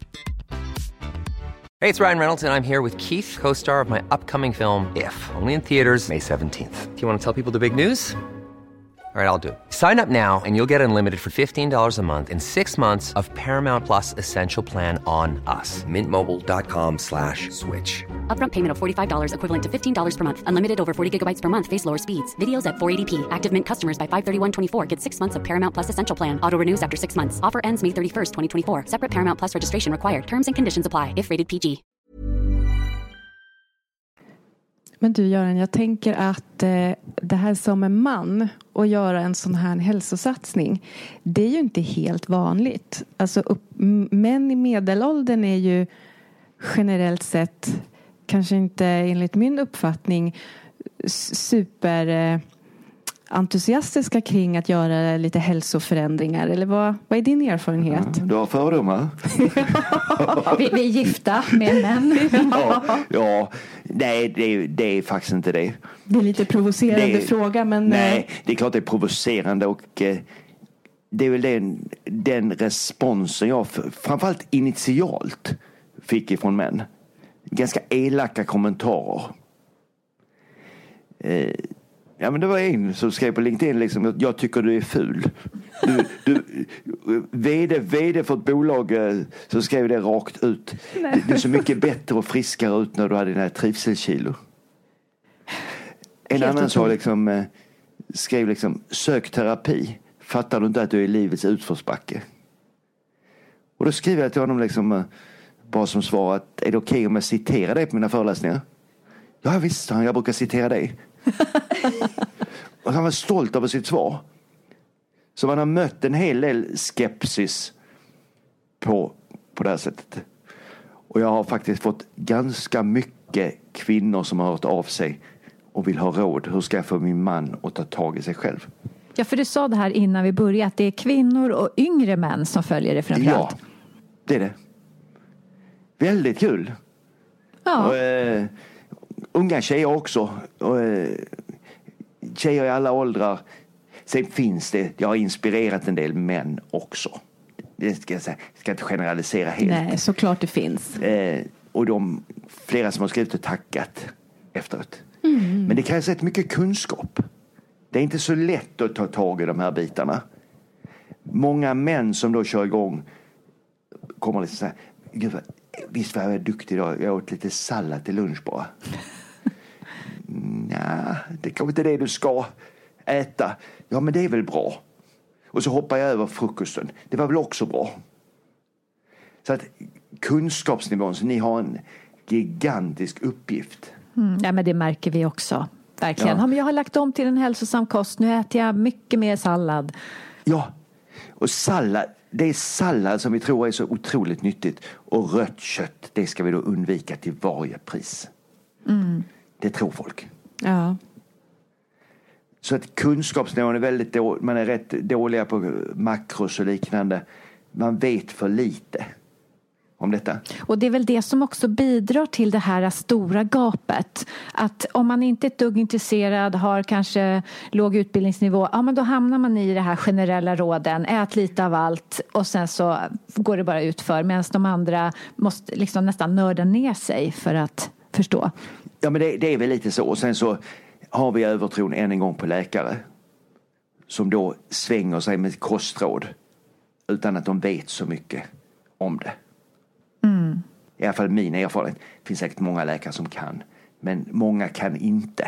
Hey, it's Ryan Reynolds, and I'm here with Keith, co-star of my upcoming film, If, only in theaters May seventeenth. Do you want to tell people the big news? All right, I'll do it. Sign up now and you'll get unlimited for fifteen dollars a month and six months of Paramount Plus Essential Plan on us. Mint Mobile dot com slash switch. Upfront payment of forty-five dollars equivalent to fifteen dollars per month. Unlimited over forty gigabytes per month. Face lower speeds. Videos at four eighty p. Active Mint customers by five thirty-one twenty-four get six months of Paramount Plus Essential Plan. Auto renews after six months. Offer ends May thirty-first, twenty twenty-four. Separate Paramount Plus registration required. Terms and conditions apply if rated P G. Men du Göran, jag tänker att eh, det här som en man och göra en sån här hälsosatsning, det är ju inte helt vanligt. Alltså upp, män i medelåldern är ju generellt sett, kanske inte enligt min uppfattning, super eh, entusiastiska kring att göra lite hälsoförändringar. Eller vad, vad är din erfarenhet? Ja, du har fördomar. vi, vi är gifta med män. ja, ja, nej det är, det är faktiskt inte det. Det är lite provocerande det är, fråga. Men nej, det är klart det är provocerande och eh, det är väl den, den responsen jag framförallt initialt fick ifrån män. Ganska elaka kommentarer. Eh, Ja, men det var en som skrev på LinkedIn liksom, jag tycker du är ful. Du, du, vd, vd för ett bolag så skrev det rakt ut. Nej. Du är så mycket bättre och friskare ut när du hade dina trivselkilo. En Helt annan så liksom, skrev liksom, sök terapi. Fattar du inte att du är i livets utförsbacke? Och då skrev jag till honom liksom, bara som svar att är det okej okay om jag citerar dig på mina föreläsningar? Ja visst, jag brukar citera dig. Och han var stolt över sitt svar. Så man har mött en hel del skepsis på, på det här sättet. Och jag har faktiskt fått ganska mycket kvinnor som har hört av sig och vill ha råd. Hur ska jag få min man att ta tag i sig själv? Ja, för du sa det här innan vi började, att det är kvinnor och yngre män som följer det framförallt. Ja, det är det. Väldigt kul. Ja. Och, eh, unga tjejer också. Och, eh, tjejer i alla åldrar. Sen finns det, jag har inspirerat en del män också. Det ska jag säga, ska inte generalisera helt. Nej, såklart det finns. Eh, och de, flera som har skrivit och tackat efteråt. Mm. Men det krävs rätt mycket kunskap. Det är inte så lätt att ta tag i de här bitarna. Många män som då kör igång kommer lite så här, gud vad, visst var jag duktig idag, jag åt lite sallad till lunch bara. Nej, det är kanske inte det du ska äta. Ja, men det är väl bra. Och så hoppar jag över frukosten. Det var väl också bra. Så att kunskapsnivån, så ni har en gigantisk uppgift. Mm, ja, men det märker vi också. Verkligen. Ja. Ja, men jag har lagt om till en hälsosam kost. Nu äter jag mycket mer sallad. Ja, och sallad, det är sallad som vi tror är så otroligt nyttigt. Och rött kött, det ska vi då undvika till varje pris. Mm. Det tror folk. Ja. Så att kunskapsnivån är väldigt dålig. Man är rätt dåliga på makros och liknande. Man vet för lite om detta. Och det är väl det som också bidrar till det här stora gapet. Att om man inte är ett dugg intresserad, har kanske låg utbildningsnivå, ja men då hamnar man i det här generella råden, ät lite av allt och sen så går det bara ut för. Medan de andra måste liksom nästan nörda ner sig för att förstå. Ja, men det, det är väl lite så. Och sen så har vi övertron än en gång på läkare som då svänger sig med kostråd utan att de vet så mycket om det. Mm. I alla fall min erfarenhet. Det finns säkert många läkare som kan, men många kan inte.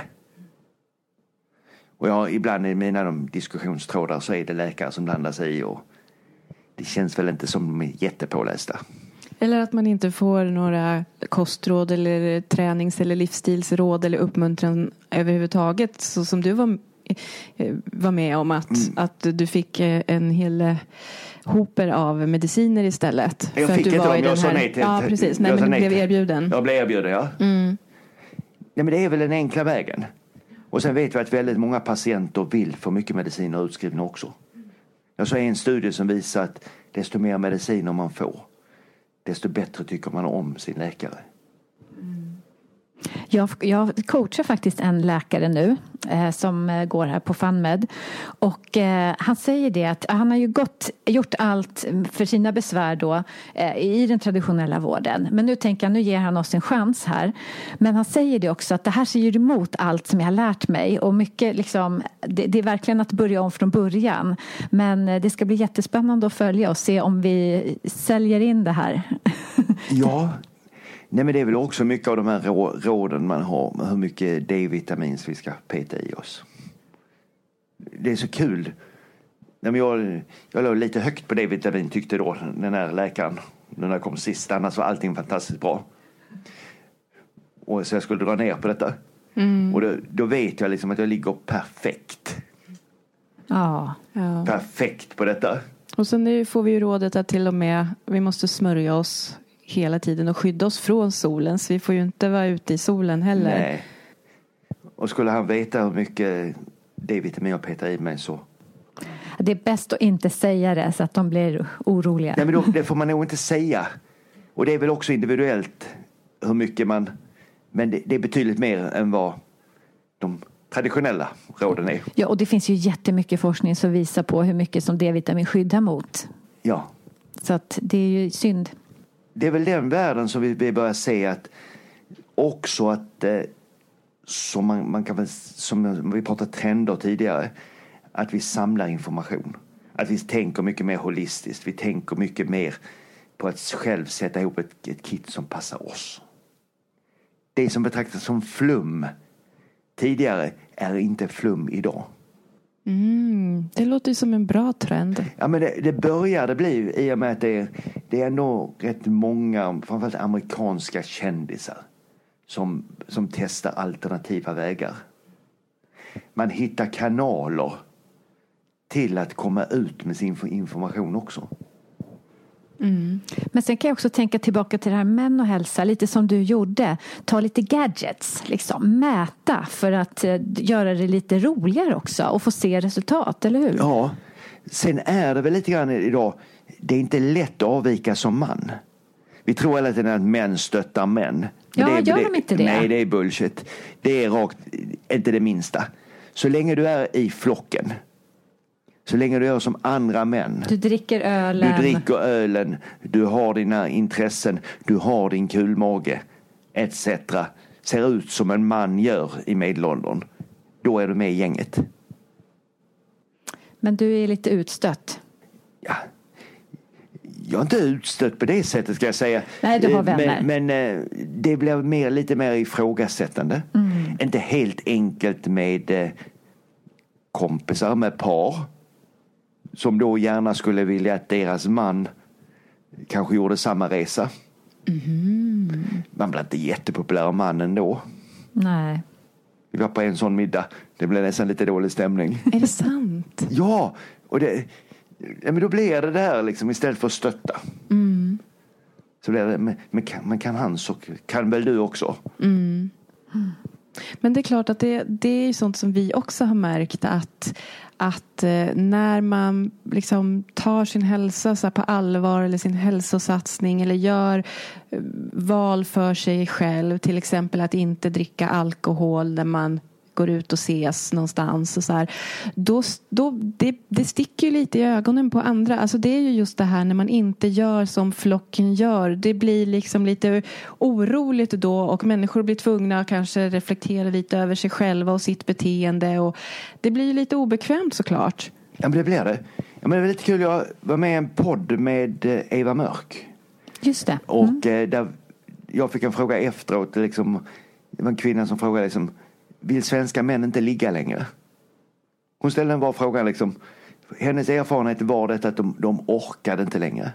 Och jag, ibland i mina de diskussionstrådar så är det läkare som blandar sig i och det känns väl inte som de är jättepålästa. Eller att man inte får några kostråd eller tränings- eller livsstilsråd eller uppmuntran överhuvudtaget. Så som du var, var med om att, mm. att du fick en hel hoper av mediciner istället. Jag för fick att du inte var dem, i jag den sa här, nej till. Ja, precis. Nej, men du blev erbjuden. Jag blev erbjuden, ja. Mm. Nej, men det är väl den enkla vägen. Och sen vet vi att väldigt många patienter vill få mycket mediciner utskrivna också. Jag såg en studie som visar att desto mer mediciner man får, desto bättre tycker man om sin läkare. Jag, jag coachar faktiskt en läkare nu eh, som går här på FunMed och eh, han säger det att han har ju gått, gjort allt för sina besvär då eh, i den traditionella vården, men nu tänker han, nu ger han oss en chans här, men han säger det också att det här ser ju emot allt som jag har lärt mig och mycket liksom, det, det är verkligen att börja om från början, men det ska bli jättespännande att följa och se om vi säljer in det här. Ja. Nej, men det är väl också mycket av de här råden man har med hur mycket D-vitamin vi ska peta i oss. Det är så kul. Jag, jag låg lite högt på D-vitamin tyckte då den här läkaren. När jag kom sist, annars var allting fantastiskt bra. Och så jag skulle dra ner på detta. Mm. Och då, då vet jag liksom att jag ligger perfekt. Ja. Ja. Perfekt på detta. Och sen nu får vi ju rådet att till och med vi måste smörja oss hela tiden och skydda oss från solen, så vi får ju inte vara ute i solen heller. Nej. Och skulle han veta hur mycket D-vitamin jag petar i mig så... Det är bäst att inte säga det så att de blir oroliga. Nej, men då, det får man nog inte säga. Och det är väl också individuellt hur mycket man... Men det, det är betydligt mer än vad de traditionella råden är. Ja, och det finns ju jättemycket forskning som visar på hur mycket som D-vitamin skyddar mot. Ja. Så att det är ju synd. Det är väl den världen som vi, vi börjar se att också att eh, som man, man kan väl, som vi pratade trender tidigare, att vi samlar information. Att vi tänker mycket mer holistiskt. Vi tänker mycket mer på att själv sätta ihop ett, ett kit som passar oss. Det som betraktas som flum tidigare är inte flum idag. Mm, det låter ju som en bra trend. Ja, men det, det började bli i och med att det är, det är nog rätt många, framförallt amerikanska kändisar som, som testar alternativa vägar. Man hittar kanaler till att komma ut med sin information också. Mm. Men sen kan jag också tänka tillbaka till det här män och hälsa, lite som du gjorde. Ta lite gadgets, liksom mäta för att eh, göra det lite roligare också och få se resultat, eller hur? Ja, sen är det väl lite grann idag, det är inte lätt att avvika som man. Vi tror hela tiden att män stöttar män. Men ja, det är, gör det, de inte det? Nej, det är bullshit. Det är rakt, inte det minsta. Så länge du är i flocken, så länge du gör som andra män. Du dricker ölen. Du dricker ölen, du har dina intressen, du har din kulmage, et cetera. Ser ut som en man gör i medelåldern. Då är du med i gänget. Men du är lite utstött. Ja. Jag är inte utstött på det sättet, ska jag säga. Nej, du har vänner. Men, men det blir mer, lite mer ifrågasättande. Mm. Inte helt enkelt med kompisar, med par. Som då gärna skulle vilja att deras man kanske gjorde samma resa. Mm. Man blir inte jättepopulär mannen då. Nej. Vi var på en sån middag. Det blev nästan lite dålig stämning. Är det sant? Ja, och det, ja, men då blir det där liksom, istället för att stötta. Mm. Så blir det, men, men, kan, men kan han så kan väl du också. Mm. Mm. Men det är klart att det, det är sånt som vi också har märkt att, att eh, när man liksom tar sin hälsa så här på allvar eller sin hälsosatsning eller gör eh, val för sig själv, till exempel att inte dricka alkohol när man går ut och ses någonstans och så här, då, då det, det sticker ju lite i ögonen på andra. Alltså det är ju just det här när man inte gör som flocken gör. Det blir liksom lite oroligt då och människor blir tvungna att kanske reflektera lite över sig själva och sitt beteende och det blir ju lite obekvämt såklart. Ja, men det blir det. Ja, men det var lite kul, jag var med i en podd med Eva Mörk. Just det. Mm. Och där jag fick en fråga efteråt, liksom, det var en kvinna som frågade liksom, vill svenska män inte ligga längre? Hon ställde en bra fråga liksom. Hennes erfarenhet var det att de, de orkade inte längre.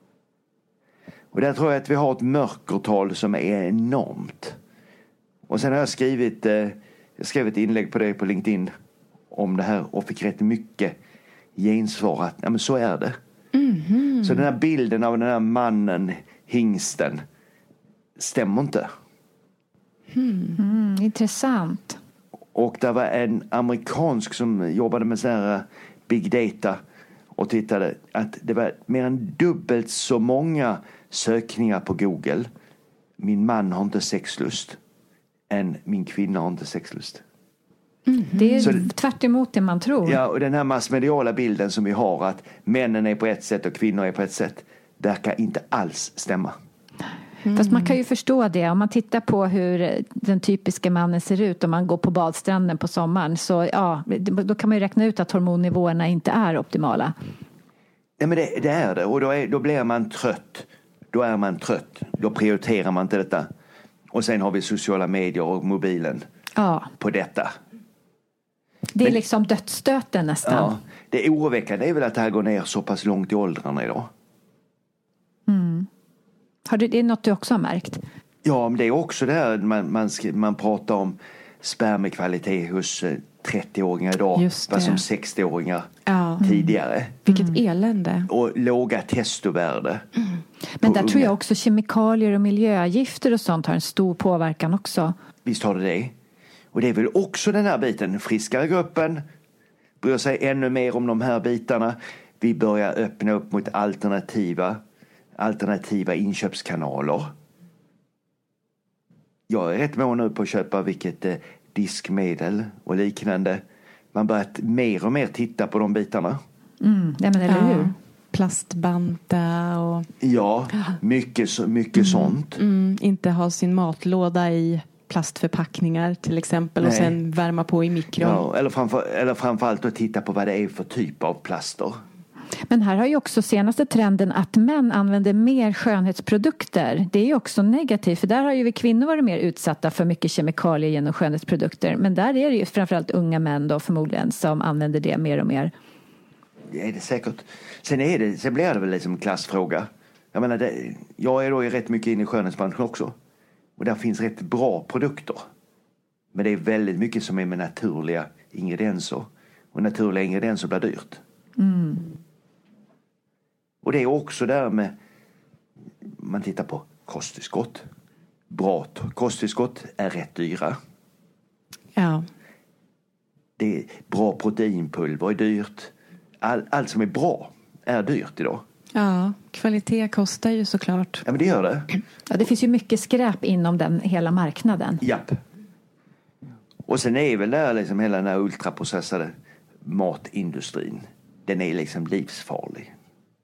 Och där tror jag att vi har ett mörkertal som är enormt. Och sen har jag skrivit eh, jag skrev ett inlägg på det på LinkedIn om det här och fick rätt mycket gensvar att ja, men så är det. Mm-hmm. Så den här bilden av den här mannen, hingsten, stämmer inte. Mm. Mm, intressant. Och det var en amerikansk som jobbade med sån här big data och tittade att det var mer än dubbelt så många sökningar på Google. Min man har inte sexlust än min kvinna har inte sexlust. Mm. Det är så, tvärt emot det man tror. Ja, och den här massmediala bilden som vi har att männen är på ett sätt och kvinnor är på ett sätt verkar inte alls stämma. Mm. Fast man kan ju förstå det. Om man tittar på hur den typiska mannen ser ut om man går på badstranden på sommaren så ja, då kan man ju räkna ut att hormonnivåerna inte är optimala. Nej, men det, det är det. Och då, är, då blir man trött. Då är man trött. Då prioriterar man inte detta. Och sen har vi sociala medier och mobilen ja. På detta. Det är men, liksom dödsstöten nästan. Ja, det oroväckande är väl att det här går ner så pass långt i åldrarna idag. Mm. Har du, det är något du också har märkt? Ja, men det är också det här man, man, man pratar om spermikvalitet hos trettio-åringar idag. Vad som sextio-åringar ja. tidigare. Vilket mm. elände. Och låga testovärde. Mm. Men där unga. Tror jag också kemikalier och miljögifter och sånt har en stor påverkan också. Visst har det det. Och det är väl också den här biten. Friskare gruppen bryr sig ännu mer om de här bitarna. Vi börjar öppna upp mot alternativa alternativa inköpskanaler. Jag är rätt mån nu på att köpa vilket eh, diskmedel och liknande. Man börjar mer och mer titta på de bitarna. Mm, ja, men eller ja. hur? Plastbanta och... Ja, mycket, mycket mm, sånt. Mm, inte ha sin matlåda i plastförpackningar till exempel. Nej. Och sen värma på i mikron. Ja, eller, framför, eller framförallt att titta på vad det är för typ av plaster. Men här har ju också senaste trenden att män använder mer skönhetsprodukter. Det är ju också negativt för där har ju vi kvinnor varit mer utsatta för mycket kemikalier genom skönhetsprodukter. Men där är det ju framförallt unga män då förmodligen som använder det mer och mer. Det är det säkert. Sen, är det, sen blir det väl liksom klassfråga. Jag menar, det, jag är då rätt mycket inne i skönhetsbranschen också. Och där finns rätt bra produkter. Men det är väldigt mycket som är med naturliga ingredienser. Och naturliga ingredienser blir dyrt. Mm. Och det är också där med man tittar på kosttillskott. Bra kosttillskott är rätt dyra. Ja. Det är bra proteinpulver är dyrt. All, allt som är bra är dyrt idag. Ja, kvalitet kostar ju såklart. Ja, men det gör det. Ja, det finns ju mycket skräp inom den hela marknaden. Japp. Och sen är väl där liksom hela den här ultraprocessade matindustrin. Den är liksom livsfarlig.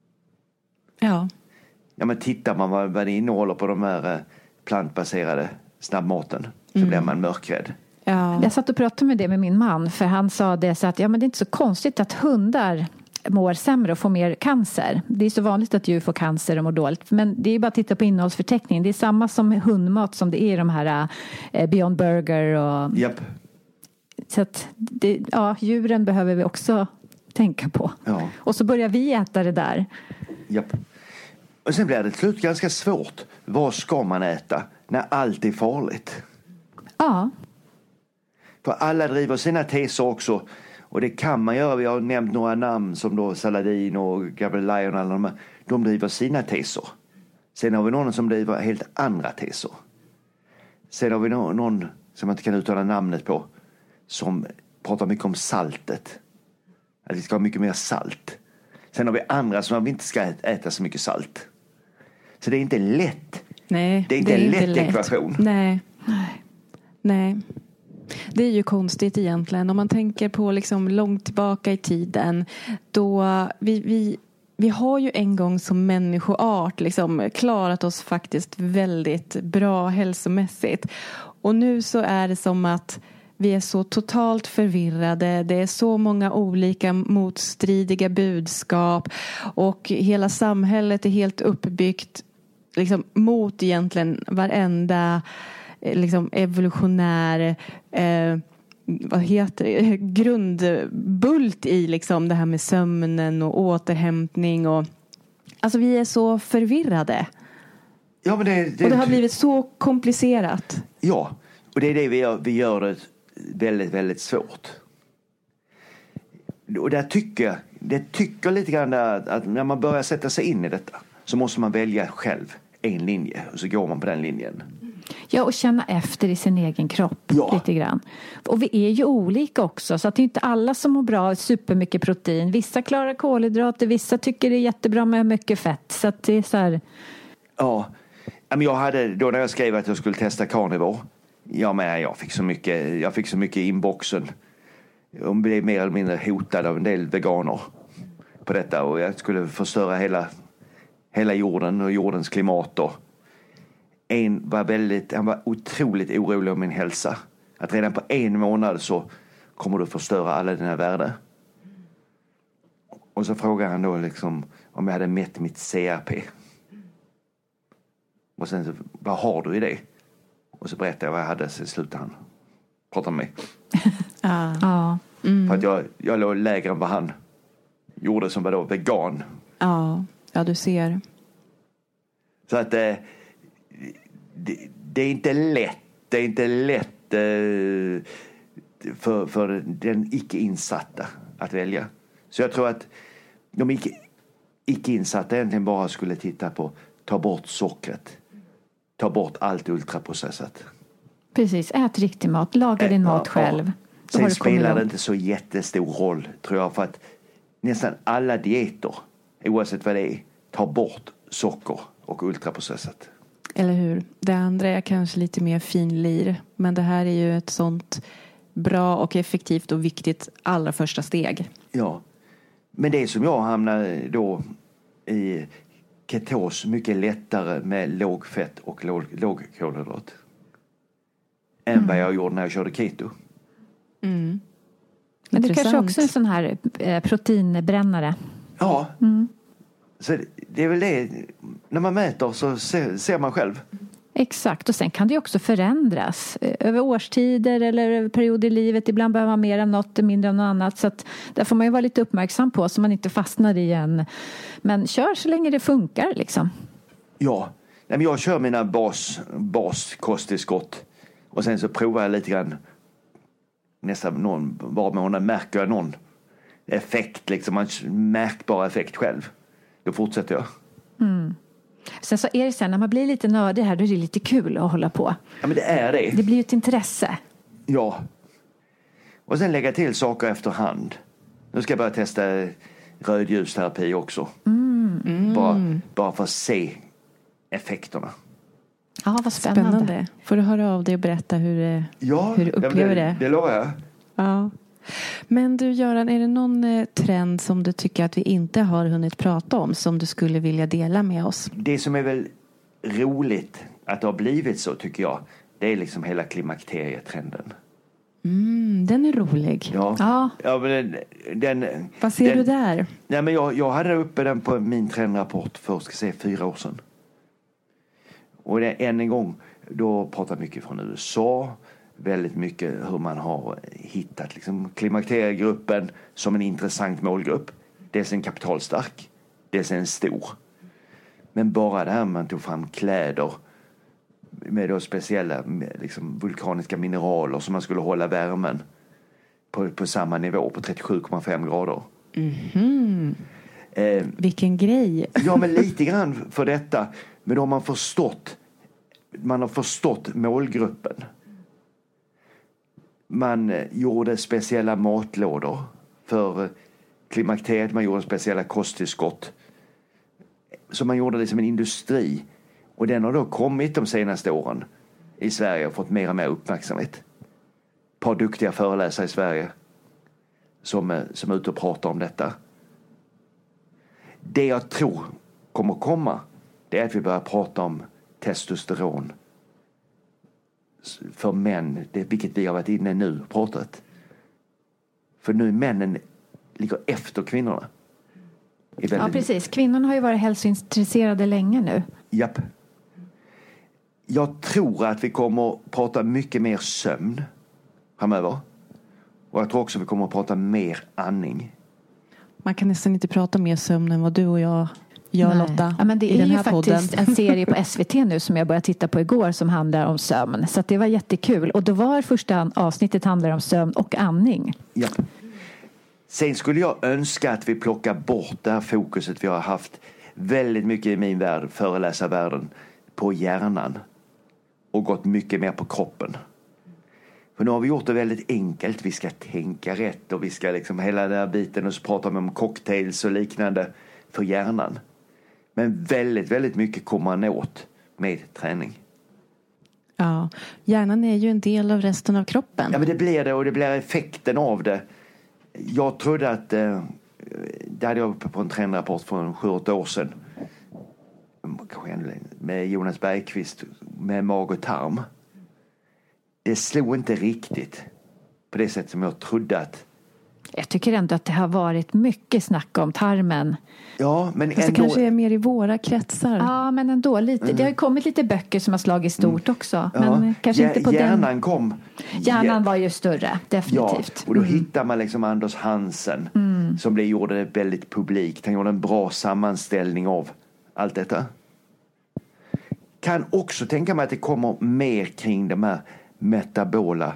Ja. Ja, men tittar man vad, vad det innehåller på de här plantbaserade snabbmaten så Mm. blir man mörkrädd. Ja. Jag satt och pratade med det med min man, för han sa det så att ja, men det är inte så konstigt att hundar mår sämre och får mer cancer. Det är så vanligt att djur får cancer och mår dåligt. Men det är bara att titta på innehållsförteckningen. Det är samma som hundmat som det är i de här eh, Beyond Burger. Och, Japp. så att det, ja, djuren behöver vi också tänka på. Ja. Och så börjar vi äta det där. Japp. Och sen blir det till slut ganska svårt. Vad ska man äta när allt är farligt? Ja. För alla driver sina teser också. Och det kan man göra. Vi har nämnt några namn som då Saladin och Gabriel Lyon och alla de här. De driver sina teser. Sen har vi någon som driver helt andra teser. Sen har vi någon, någon som man inte kan uttala namnet på som pratar mycket om saltet. Att vi ska ha mycket mer salt. Sen har vi andra som vi inte ska äta så mycket salt. Så det är inte lätt. Nej, det är inte det är en inte lätt lätt. ekvation. Nej. Nej. Det är ju konstigt egentligen. Om man tänker på liksom långt tillbaka i tiden. Då vi, vi, vi har ju en gång som människoart liksom klarat oss faktiskt väldigt bra hälsomässigt. Och nu så är det som att vi är så totalt förvirrade. Det är så många olika motstridiga budskap. Och hela samhället är helt uppbyggt liksom mot egentligen varenda liksom evolutionär eh, vad heter det? grundbult i liksom det här med sömnen och återhämtning. Och, alltså vi är så förvirrade. Ja, men det, det, och det har blivit så komplicerat. Ja, och det är det vi gör, vi gör det väldigt, väldigt svårt. Och där tycker jag, det tycker lite grann att, att när man börjar sätta sig in i detta så måste man välja själv en linje och så går man på den linjen. Ja, och känna efter i sin egen kropp Ja. lite grann. Och vi är ju olika också, så att det är inte alla som mår bra av supermycket protein. Vissa klarar kolhydrater, vissa tycker det är jättebra med mycket fett. Så att det är så här... Ja, men jag hade då när jag skrev att jag skulle testa carnivore. Ja, men jag fick så mycket, jag fick så mycket i inboxen. Jag blev mer eller mindre hotad av en del veganer på detta. Och jag skulle förstöra hela, hela jorden och jordens klimat. Och en var väldigt, han var otroligt orolig om min hälsa. Att redan på en månad så kommer du förstöra alla dina värden. Och så frågade han då liksom om jag hade mätt mitt C R P. Och sen så, vad har du i det? Och så berättade jag vad jag hade, så slutade han prata med mig. Ja. Ja. Mm. För att jag, jag låg lägre än vad han gjorde som var då vegan. Ja, ja du ser. Så att eh, det, det är inte lätt. Det är inte lätt eh, för, för den icke-insatta att välja. Så jag tror att de icke, icke-insatta egentligen bara skulle titta på ta bort sockret. Ta bort allt ultraprocessat. Precis, ät riktig mat. Laga Ä- din ja, mat själv. ja. Då har Sen du kommit spelar det långt. inte så jättestor roll, tror jag. För att nästan alla dieter, oavsett vad det är, tar bort socker och ultraprocessat. Eller hur? Det andra är kanske lite mer finlir. Men det här är ju ett sånt bra och effektivt och viktigt allra första steg. Ja. Men det som jag hamnar då i ketos mycket lättare med låg fett och låg, låg kolhydrat. Än Mm. vad jag gjorde när jag körde keto. Mm. Men det Intressant. kanske också är en sån här eh, proteinbrännare. Ja. Mm. Så det, det är väl det. När man mäter så ser, ser man själv. Exakt, och sen kan det ju också förändras eh, över årstider eller över perioder i livet. Ibland behöver man mer än något, mindre än något annat. Så att där får man ju vara lite uppmärksam på så man inte fastnar i en. Men kör så länge det funkar liksom. Ja. Nej, men jag kör mina bas, baskosttillskott. Och sen så provar jag lite grann. Nästan någon, var månad märker jag någon effekt. Liksom, man märkbar effekt själv. Då fortsätter jag. Mm. Sen så är det så här, när man blir lite nördig här, då är det lite kul att hålla på. Ja, men det är det. Det blir ju ett intresse. Ja. Och sen lägga till saker efterhand. Nu ska jag börja testa rödljusterapi också. Mm. Mm. Bara, bara för att se effekterna. Ja, vad spännande. Spännande. Får du höra av dig och berätta hur, Ja, hur du upplever det, det? det lovar jag. Ja. Men du Göran, är det någon eh, trend som du tycker att vi inte har hunnit prata om som du skulle vilja dela med oss? Det som är väl roligt att det har blivit så, tycker jag, det är liksom hela klimakterietrenden. Mm, den är rolig. Ja. Ja. Ja, men den, den, Vad ser den, du där? Nej, men jag, jag hade uppe den på min trendrapport för ska se, fyra år sedan. Och det, än en gång, då pratar mycket från U S A. Väldigt mycket hur man har hittat liksom, klimakteriegruppen som en intressant målgrupp. Dels en kapitalstark, dels en stor. Men bara det här man tog fram kläder med då speciella liksom, vulkaniska mineraler som man skulle hålla värmen på, på samma nivå, på trettiosju komma fem grader. Mm-hmm. Eh, Vilken grej. ja, men lite grann för detta. Men då har man förstått, man har förstått målgruppen. Man gjorde speciella matlådor för klimakteriet. Man gjorde speciella kosttillskott. Så man gjorde det som en industri. Och den har då kommit de senaste åren i Sverige och fått mer och mer uppmärksamhet. Ett par duktiga föreläsare i Sverige som, som är ute och pratar om detta. Det jag tror kommer komma, det är att vi börjar prata om testosteron för män, det, vilket vi har varit inne nu och pratat. För nu männen ligger efter kvinnorna. Väldigt... Ja, precis. Kvinnorna har ju varit hälsointresserade länge nu. Japp. Jag tror att vi kommer att prata mycket mer sömn framöver. Och jag tror också att vi kommer att prata mer andning. Man kan nästan inte prata mer sömn än vad du och jag gör, Nej. Lotta. Ja, men det i är den ju här faktiskt podden. en serie på S V T nu som jag började titta på igår som handlar om sömn. Så att det var jättekul. Och då var första avsnittet handlar om sömn och andning. Ja. Sen skulle jag önska att vi plockar bort det här fokuset vi har haft väldigt mycket i min värld, föreläsarvärlden, på hjärnan. Och gått mycket mer på kroppen. För nu har vi gjort det väldigt enkelt. Vi ska tänka rätt och vi ska liksom hela den här biten och så pratar man om cocktails och liknande för hjärnan. Men väldigt, väldigt mycket kommer man åt med träning. Ja, hjärnan är ju en del av resten av kroppen. Ja, men det blir det och det blir effekten av det. Jag trodde att eh, det hade jag uppe på en trendrapport för sju åtta år sedan. Kanske ännu längre. Med Jonas Bergqvist med mag och tarm. Det slog inte riktigt på det sätt som jag trodde att. Jag tycker ändå att det har varit mycket snack om tarmen. Ja, men Fast ändå. det kanske är mer i våra kretsar. Ja, men ändå lite. Mm. Det har ju kommit lite böcker som har slagit stort också. Men ja. kanske Hj- inte på hjärnan den. kom. Hjärnan var ju större, definitivt. Ja, och då mm. hittar man liksom Anders Hansen mm. som det gjorde det väldigt publikt. Han gjorde en bra sammanställning av allt detta. Kan också tänka mig att det kommer mer kring de här metabola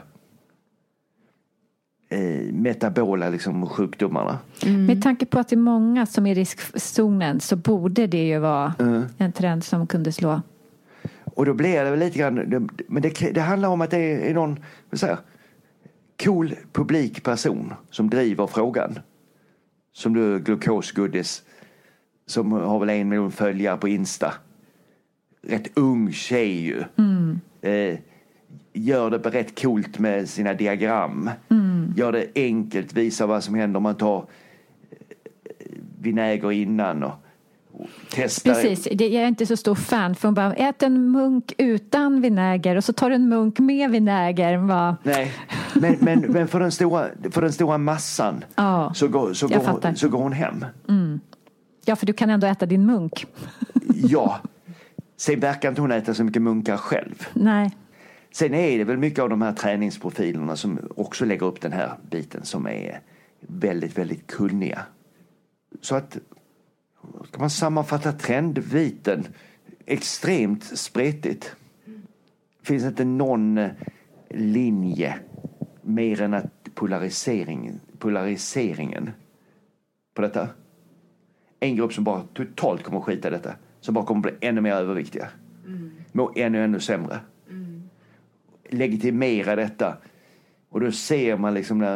eh, metabola liksom sjukdomarna. Mm. Med tanke på att det är många som är i riskzonen så borde det ju vara mm. en trend som kunde slå. Och då blir det väl lite grann, det, men det, det handlar om att det är någon vad säger, cool publik person som driver frågan. Som du, glukosgoodis, som har väl en miljon följare på Insta. Rätt ung tjej ju. Mm. Eh, gör det rätt coolt med sina diagram. Mm. Gör det enkelt, visar vad som händer om man tar vinäger innan och, och testar. Precis, jag är inte så stor fan för hon bara, ät en munk utan vinäger och så tar du en munk med vinäger. Bara. Nej, men, men, men för, den stora, för den stora massan ja, så, går, så, går hon, så går hon hem. Mm. Ja, för du kan ändå äta din munk. Ja, sen verkar inte hon äta så mycket munkar själv. Nej. Sen är det väl mycket av de här träningsprofilerna som också lägger upp den här biten som är väldigt, väldigt kunniga. Så att, ska man sammanfatta trendbiten, extremt spretigt. Finns inte någon linje mer än att polariseringen, polariseringen på detta. En grupp som bara totalt kommer att skita i detta. som bara kommer bli ännu mer överviktiga. Mm. Må ännu, ännu sämre. Mm. Legitimera detta. Och då ser man liksom när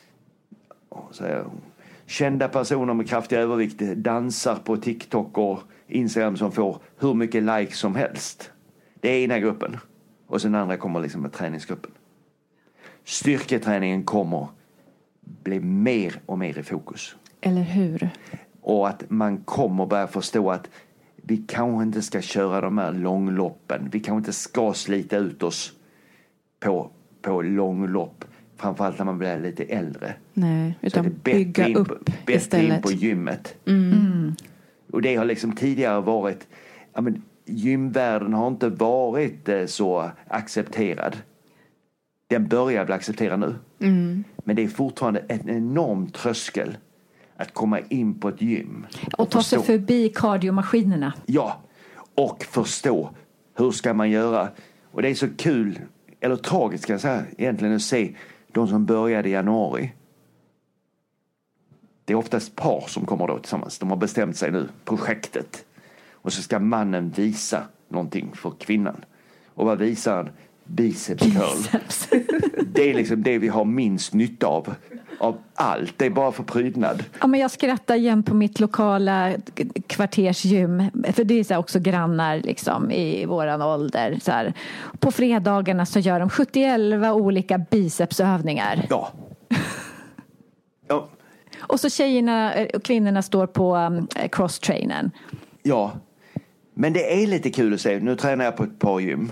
så här, kända personer med kraftig övervikt dansar på TikTok och Instagram som får hur mycket likes som helst. Det är ena gruppen. Och sen andra kommer liksom med träningsgruppen. Styrketräningen kommer bli mer och mer i fokus. Eller hur? Och att man kommer börja förstå att vi kanske inte ska köra de här långloppen. Vi kanske inte ska slita ut oss på, på långlopp. Framförallt när man blir lite äldre. Nej, utan bygga in, upp bättre istället. in på gymmet. Mm. Mm. Och det har liksom tidigare varit... Ja, men, gymvärlden har inte varit eh, så accepterad. Den börjar bli accepterad nu. Mm. Men det är fortfarande en enorm tröskel att komma in på ett gym. Och, och ta förstå. sig förbi kardiomaskinerna. Ja, och förstå hur ska man göra. Och det är så kul, eller tragiskt ska jag säga, egentligen att se de som började i januari. Det är oftast par som kommer då tillsammans. De har bestämt sig nu, projektet. Och så ska mannen visa någonting för kvinnan. Och vad visar han? Biceps curl. Biceps. Det är liksom det vi har minst nytta av. Av allt. Det är bara för prydnad. Ja, men jag skrattar igen på mitt lokala kvartersgym. För det är så också grannar liksom, i våran ålder. Så här. På fredagarna så gör de sjuttioelva olika bicepsövningar. Ja. Ja. Och så tjejerna och kvinnorna står på um, cross-trainern. Ja. Men det är lite kul att se. Nu tränar jag på ett par gym.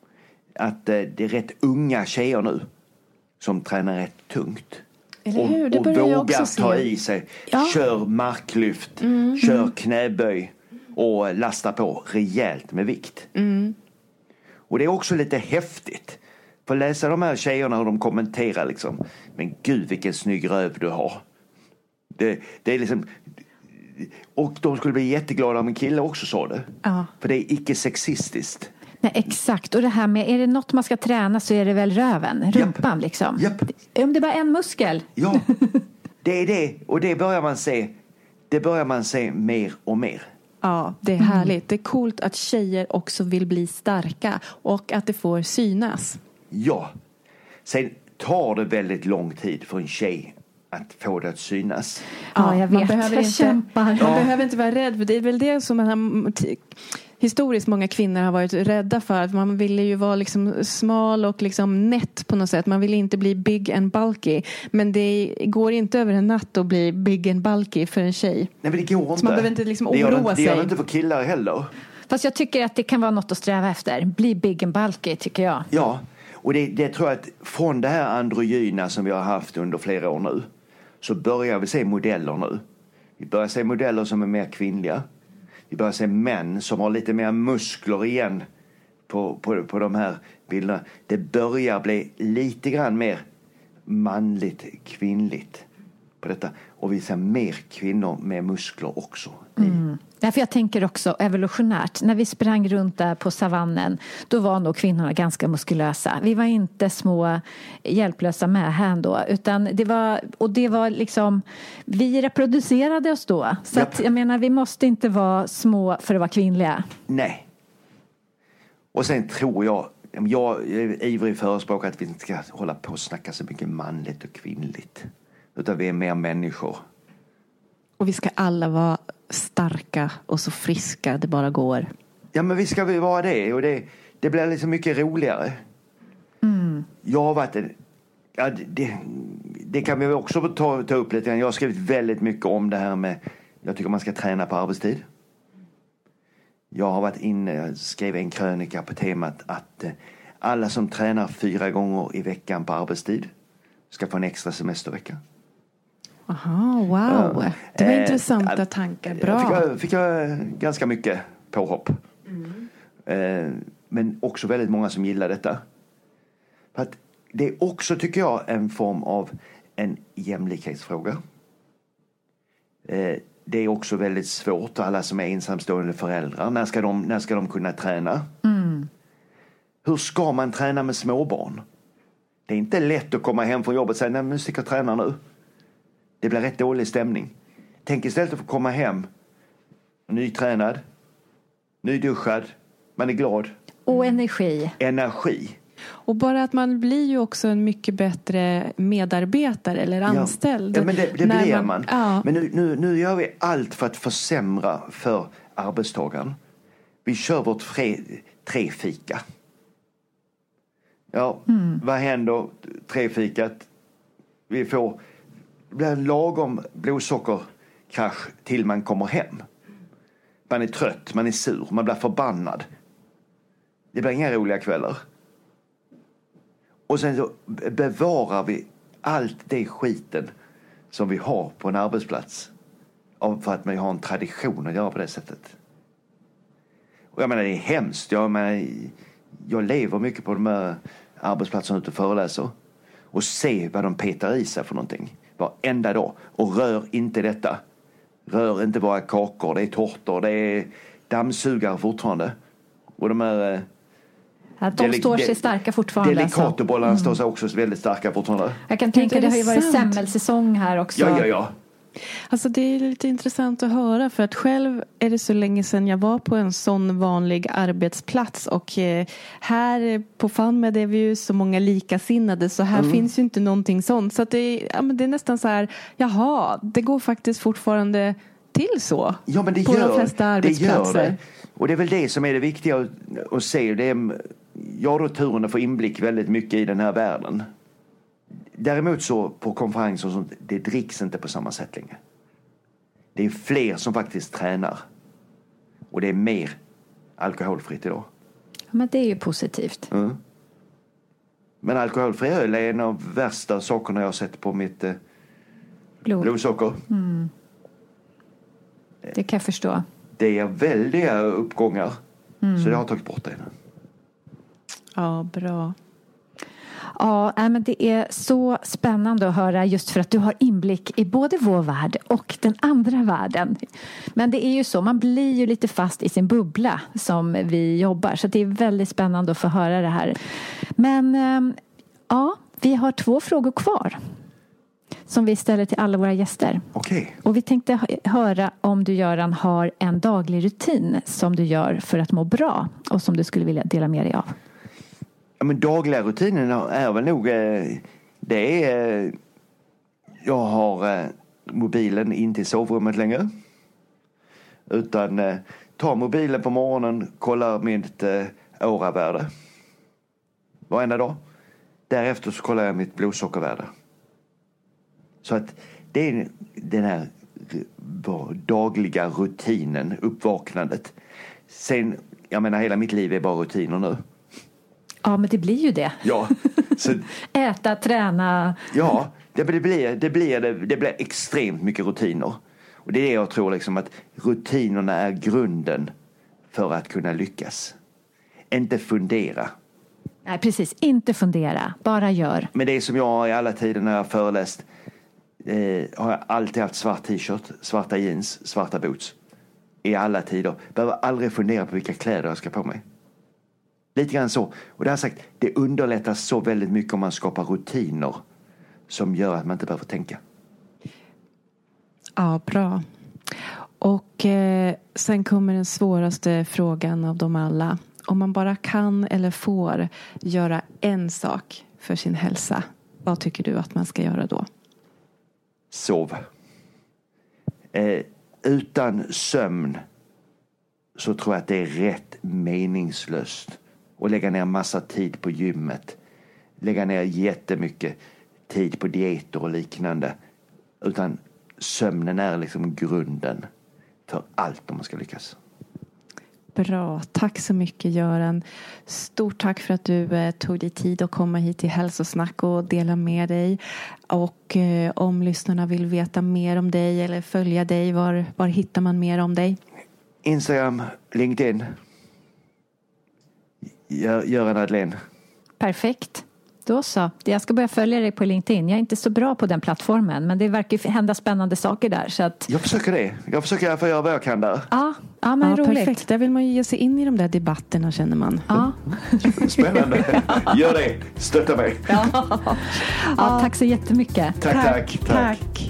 Att eh, det är rätt unga tjejer nu. Som tränar rätt tungt. Eller hur? Det och och vågar ta i sig. Ja. Kör marklyft. Mm. Kör knäböj. Och lastar på rejält med vikt. Mm. Och det är också lite häftigt. För att läsa de här tjejerna och de kommenterar liksom. Men gud vilken snygg röv du har. Det, det är liksom... Och de skulle bli jätteglada om en kille också sa det. Ja. För det är icke-sexistiskt. Nej, exakt. Och det här med, är det något man ska träna så är det väl röven, rumpan Japp. liksom. Japp. Om det bara är en muskel. Ja, det är det. Och det börjar man se, det börjar man se mer och mer. Ja, det är härligt. Det är coolt att tjejer också vill bli starka och att det får synas. Ja. Sen tar det väldigt lång tid för en tjej att få det att synas. Ja, jag vet. Man behöver jag inte, kämpar. Man Ja. behöver inte vara rädd. För det är väl det som man har, historiskt många kvinnor har varit rädda för. Man ville ju vara liksom smal och liksom nätt på något sätt. Man ville inte bli big and bulky. Men det går inte över en natt att bli big and bulky för en tjej. Nej, men det går inte. Så man behöver inte liksom det gör oroa det, sig. Det gör det inte för killar heller. Fast jag tycker att det kan vara något att sträva efter. Bli big and bulky, tycker jag. Ja, och det, det tror jag att från det här androgyna som vi har haft under flera år nu så börjar vi se modeller nu. Vi börjar se modeller som är mer kvinnliga. Vi börjar se män som har lite mer muskler igen på, på, på de här bilderna. Det börjar bli lite grann mer manligt, kvinnligt på detta. Och vi ser mer kvinnor med muskler också. Mm. Därför jag tänker också evolutionärt. När vi sprang runt där på savannen, då var nog kvinnorna ganska muskulösa. Vi var inte små hjälplösa mähän då, utan det var, och det var liksom, vi reproducerade oss då. Så att, jag menar, vi måste inte vara små för att vara kvinnliga. Nej. Och sen tror jag, jag är ivrig förespråkare att vi inte ska hålla på och snacka så mycket manligt och kvinnligt. Utan vi är mer människor. Och vi ska alla vara starka och så friska det bara går. Ja, men vi ska väl vara det. Och det, det blir liksom mycket roligare. Mm. Jag har varit en, ja, det, det kan vi också ta, ta upp lite. Jag har skrivit väldigt mycket om det här med, jag tycker man ska träna på arbetstid. Jag har varit inne, jag skrev en krönika på temat att alla som tränar fyra gånger i veckan på arbetstid ska få en extra semestervecka. Aha, wow. Uh, det var eh, intressanta äh, tankar. Bra. Fick jag, fick jag ganska mycket påhopp. Mm. Eh, men också väldigt många som gillar detta. För att det är också, tycker jag, en form av en jämlikhetsfråga. Eh, det är också väldigt svårt. Alla som är ensamstående föräldrar. När ska de, när ska de kunna träna? Mm. Hur ska man träna med småbarn? Det är inte lätt att komma hem från jobbet och säga, nej men ska jag träna nu. Det blir rätt dålig stämning. Tänk istället att få komma hem nytränad, Nyduschad. Man är glad. Och energi. Energi. Och bara att man blir ju också en mycket bättre medarbetare eller anställd. Ja, ja men det, det blir man. man. Ja. Men nu, nu, nu gör vi allt för att försämra för arbetstagaren. Vi kör vårt fre, trefika. Ja, mm. vad händer trefikat? Vi får det blir en lagom blodsockerkrasch till man kommer hem. Man är trött, man är sur, man blir förbannad. Det blir inga roliga kvällar. Och sen så bevarar vi allt det skiten som vi har på en arbetsplats. För att man har en tradition att göra på det sättet. Och jag menar, det är hemskt. Jag, menar, jag lever mycket på de här arbetsplatserna ute och föreläser. Och ser vad de petar i sig för någonting. Varenda dag. Och rör inte detta. Rör inte bara kakor, det är tårtor, det är dammsugare fortfarande. Och de här... Att de delik- står sig starka fortfarande. Delicatobollarna alltså. står sig också väldigt starka fortfarande. Jag kan tänka, det har ju varit semmelsäsong här också. Ja, ja, ja. Alltså det är lite intressant att höra, för att själv är det så länge sedan jag var på en sån vanlig arbetsplats, och eh, här på FunMed är vi ju så många likasinnade, så här mm. finns ju inte någonting sånt, så att det, är, ja, men det är nästan så här, jaha, det går faktiskt fortfarande till så. Ja, men det på gör, de flesta arbetsplatser. Det gör det. Och det är väl det som är det viktiga att, att se. Det är, jag har då turen att få inblick väldigt mycket i den här världen. Däremot så på konferenser och sånt, det dricks inte på samma sätt längre. Det är fler som faktiskt tränar. Och det är mer alkoholfritt idag. Men det är ju positivt. Mm. Men alkoholfri öl är en av värsta sakerna jag har sett på mitt eh, Blod. blodsocker. Mm. Det kan jag förstå. Det är väldiga uppgångar. Mm. Så det har tagit bort det nu. Ja, bra. Ja, men det är så spännande att höra, just för att du har inblick i både vår värld och den andra världen. Men det är ju så, man blir ju lite fast i sin bubbla som vi jobbar. Så det är väldigt spännande att få höra det här. Men ja, vi har två frågor kvar som vi ställer till alla våra gäster. Okej. Och vi tänkte höra om du, Göran, har en daglig rutin som du gör för att må bra och som du skulle vilja dela med dig av. Ja, men dagliga rutinen är väl nog det är jag har mobilen inte i sovrummet längre, utan tar mobilen på morgonen, kollar mitt åravärde varenda dag. Därefter så kollar jag mitt blodsockervärde. Så att det är den här dagliga rutinen, uppvaknandet. Sen, jag menar, hela mitt liv är bara rutiner nu. Ja, men det blir ju det. Ja. Så, äta, träna. Ja, det blir, det, blir, det, det blir extremt mycket rutiner. Och det är det jag tror, liksom, att rutinerna är grunden för att kunna lyckas. Inte fundera. Nej, precis. Inte fundera. Bara gör. Men det som jag har i alla tider när jag har föreläst, eh, har jag alltid haft svart t-shirt, svarta jeans, svarta boots. I alla tider. Behöver aldrig fundera på vilka kläder jag ska på mig. Lite grann så. Och det har sagt, det underlättar så väldigt mycket om man skapar rutiner som gör att man inte behöver tänka. Ja, bra. Och eh, sen kommer den svåraste frågan av dem alla. Om man bara kan eller får göra en sak för sin hälsa, vad tycker du att man ska göra då? Sov. Eh, utan sömn så tror jag att det är rätt meningslöst och lägga ner massa tid på gymmet. Lägga ner jättemycket tid på dieter och liknande. Utan sömnen är liksom grunden för allt om man ska lyckas. Bra, tack så mycket Göran. Stort tack för att du eh, tog dig tid att komma hit till Hälsosnack och dela med dig. Och eh, om lyssnarna vill veta mer om dig eller följa dig, var, var hittar man mer om dig? Instagram, LinkedIn. Göran Adlén. Perfekt. Då så. Jag ska börja följa dig på LinkedIn. Jag är inte så bra på den plattformen, men det verkar hända spännande saker där. Så att... Jag försöker det. Jag försöker i alla fall göra vad jag kan där. Ja, ja men ja, roligt. Perfekt. Där vill man ju ge sig in i de där debatterna, känner man. Ja. Spännande. Gör det. Stötta mig. Ja. Ja, tack så jättemycket. Tack, tack. Tack. tack.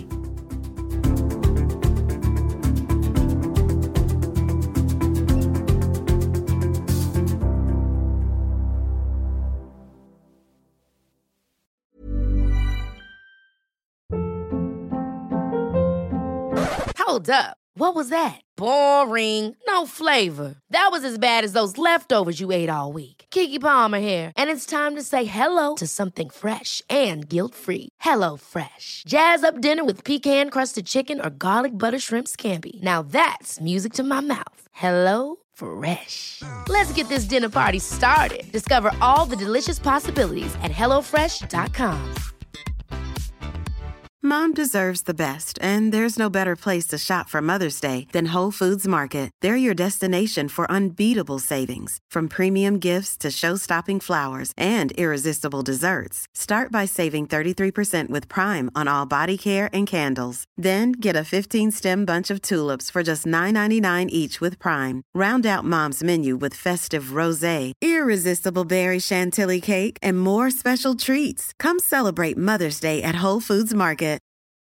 Hold up. What was that? Boring. No flavor. That was as bad as those leftovers you ate all week. Keke Palmer here, and it's time to say hello to something fresh and guilt-free. Hello Fresh. Jazz up dinner with pecan-crusted chicken or garlic butter shrimp scampi. Now that's music to my mouth. Hello Fresh. Let's get this dinner party started. Discover all the delicious possibilities at hello fresh dot com. Mom deserves the best, and there's no better place to shop for Mother's Day than Whole Foods Market. They're your destination for unbeatable savings, from premium gifts to show-stopping flowers and irresistible desserts. Start by saving thirty-three percent with Prime on all body care and candles. Then get a fifteen-stem bunch of tulips for just nine ninety-nine each with Prime. Round out Mom's menu with festive rosé, irresistible berry chantilly cake, and more special treats. Come celebrate Mother's Day at Whole Foods Market.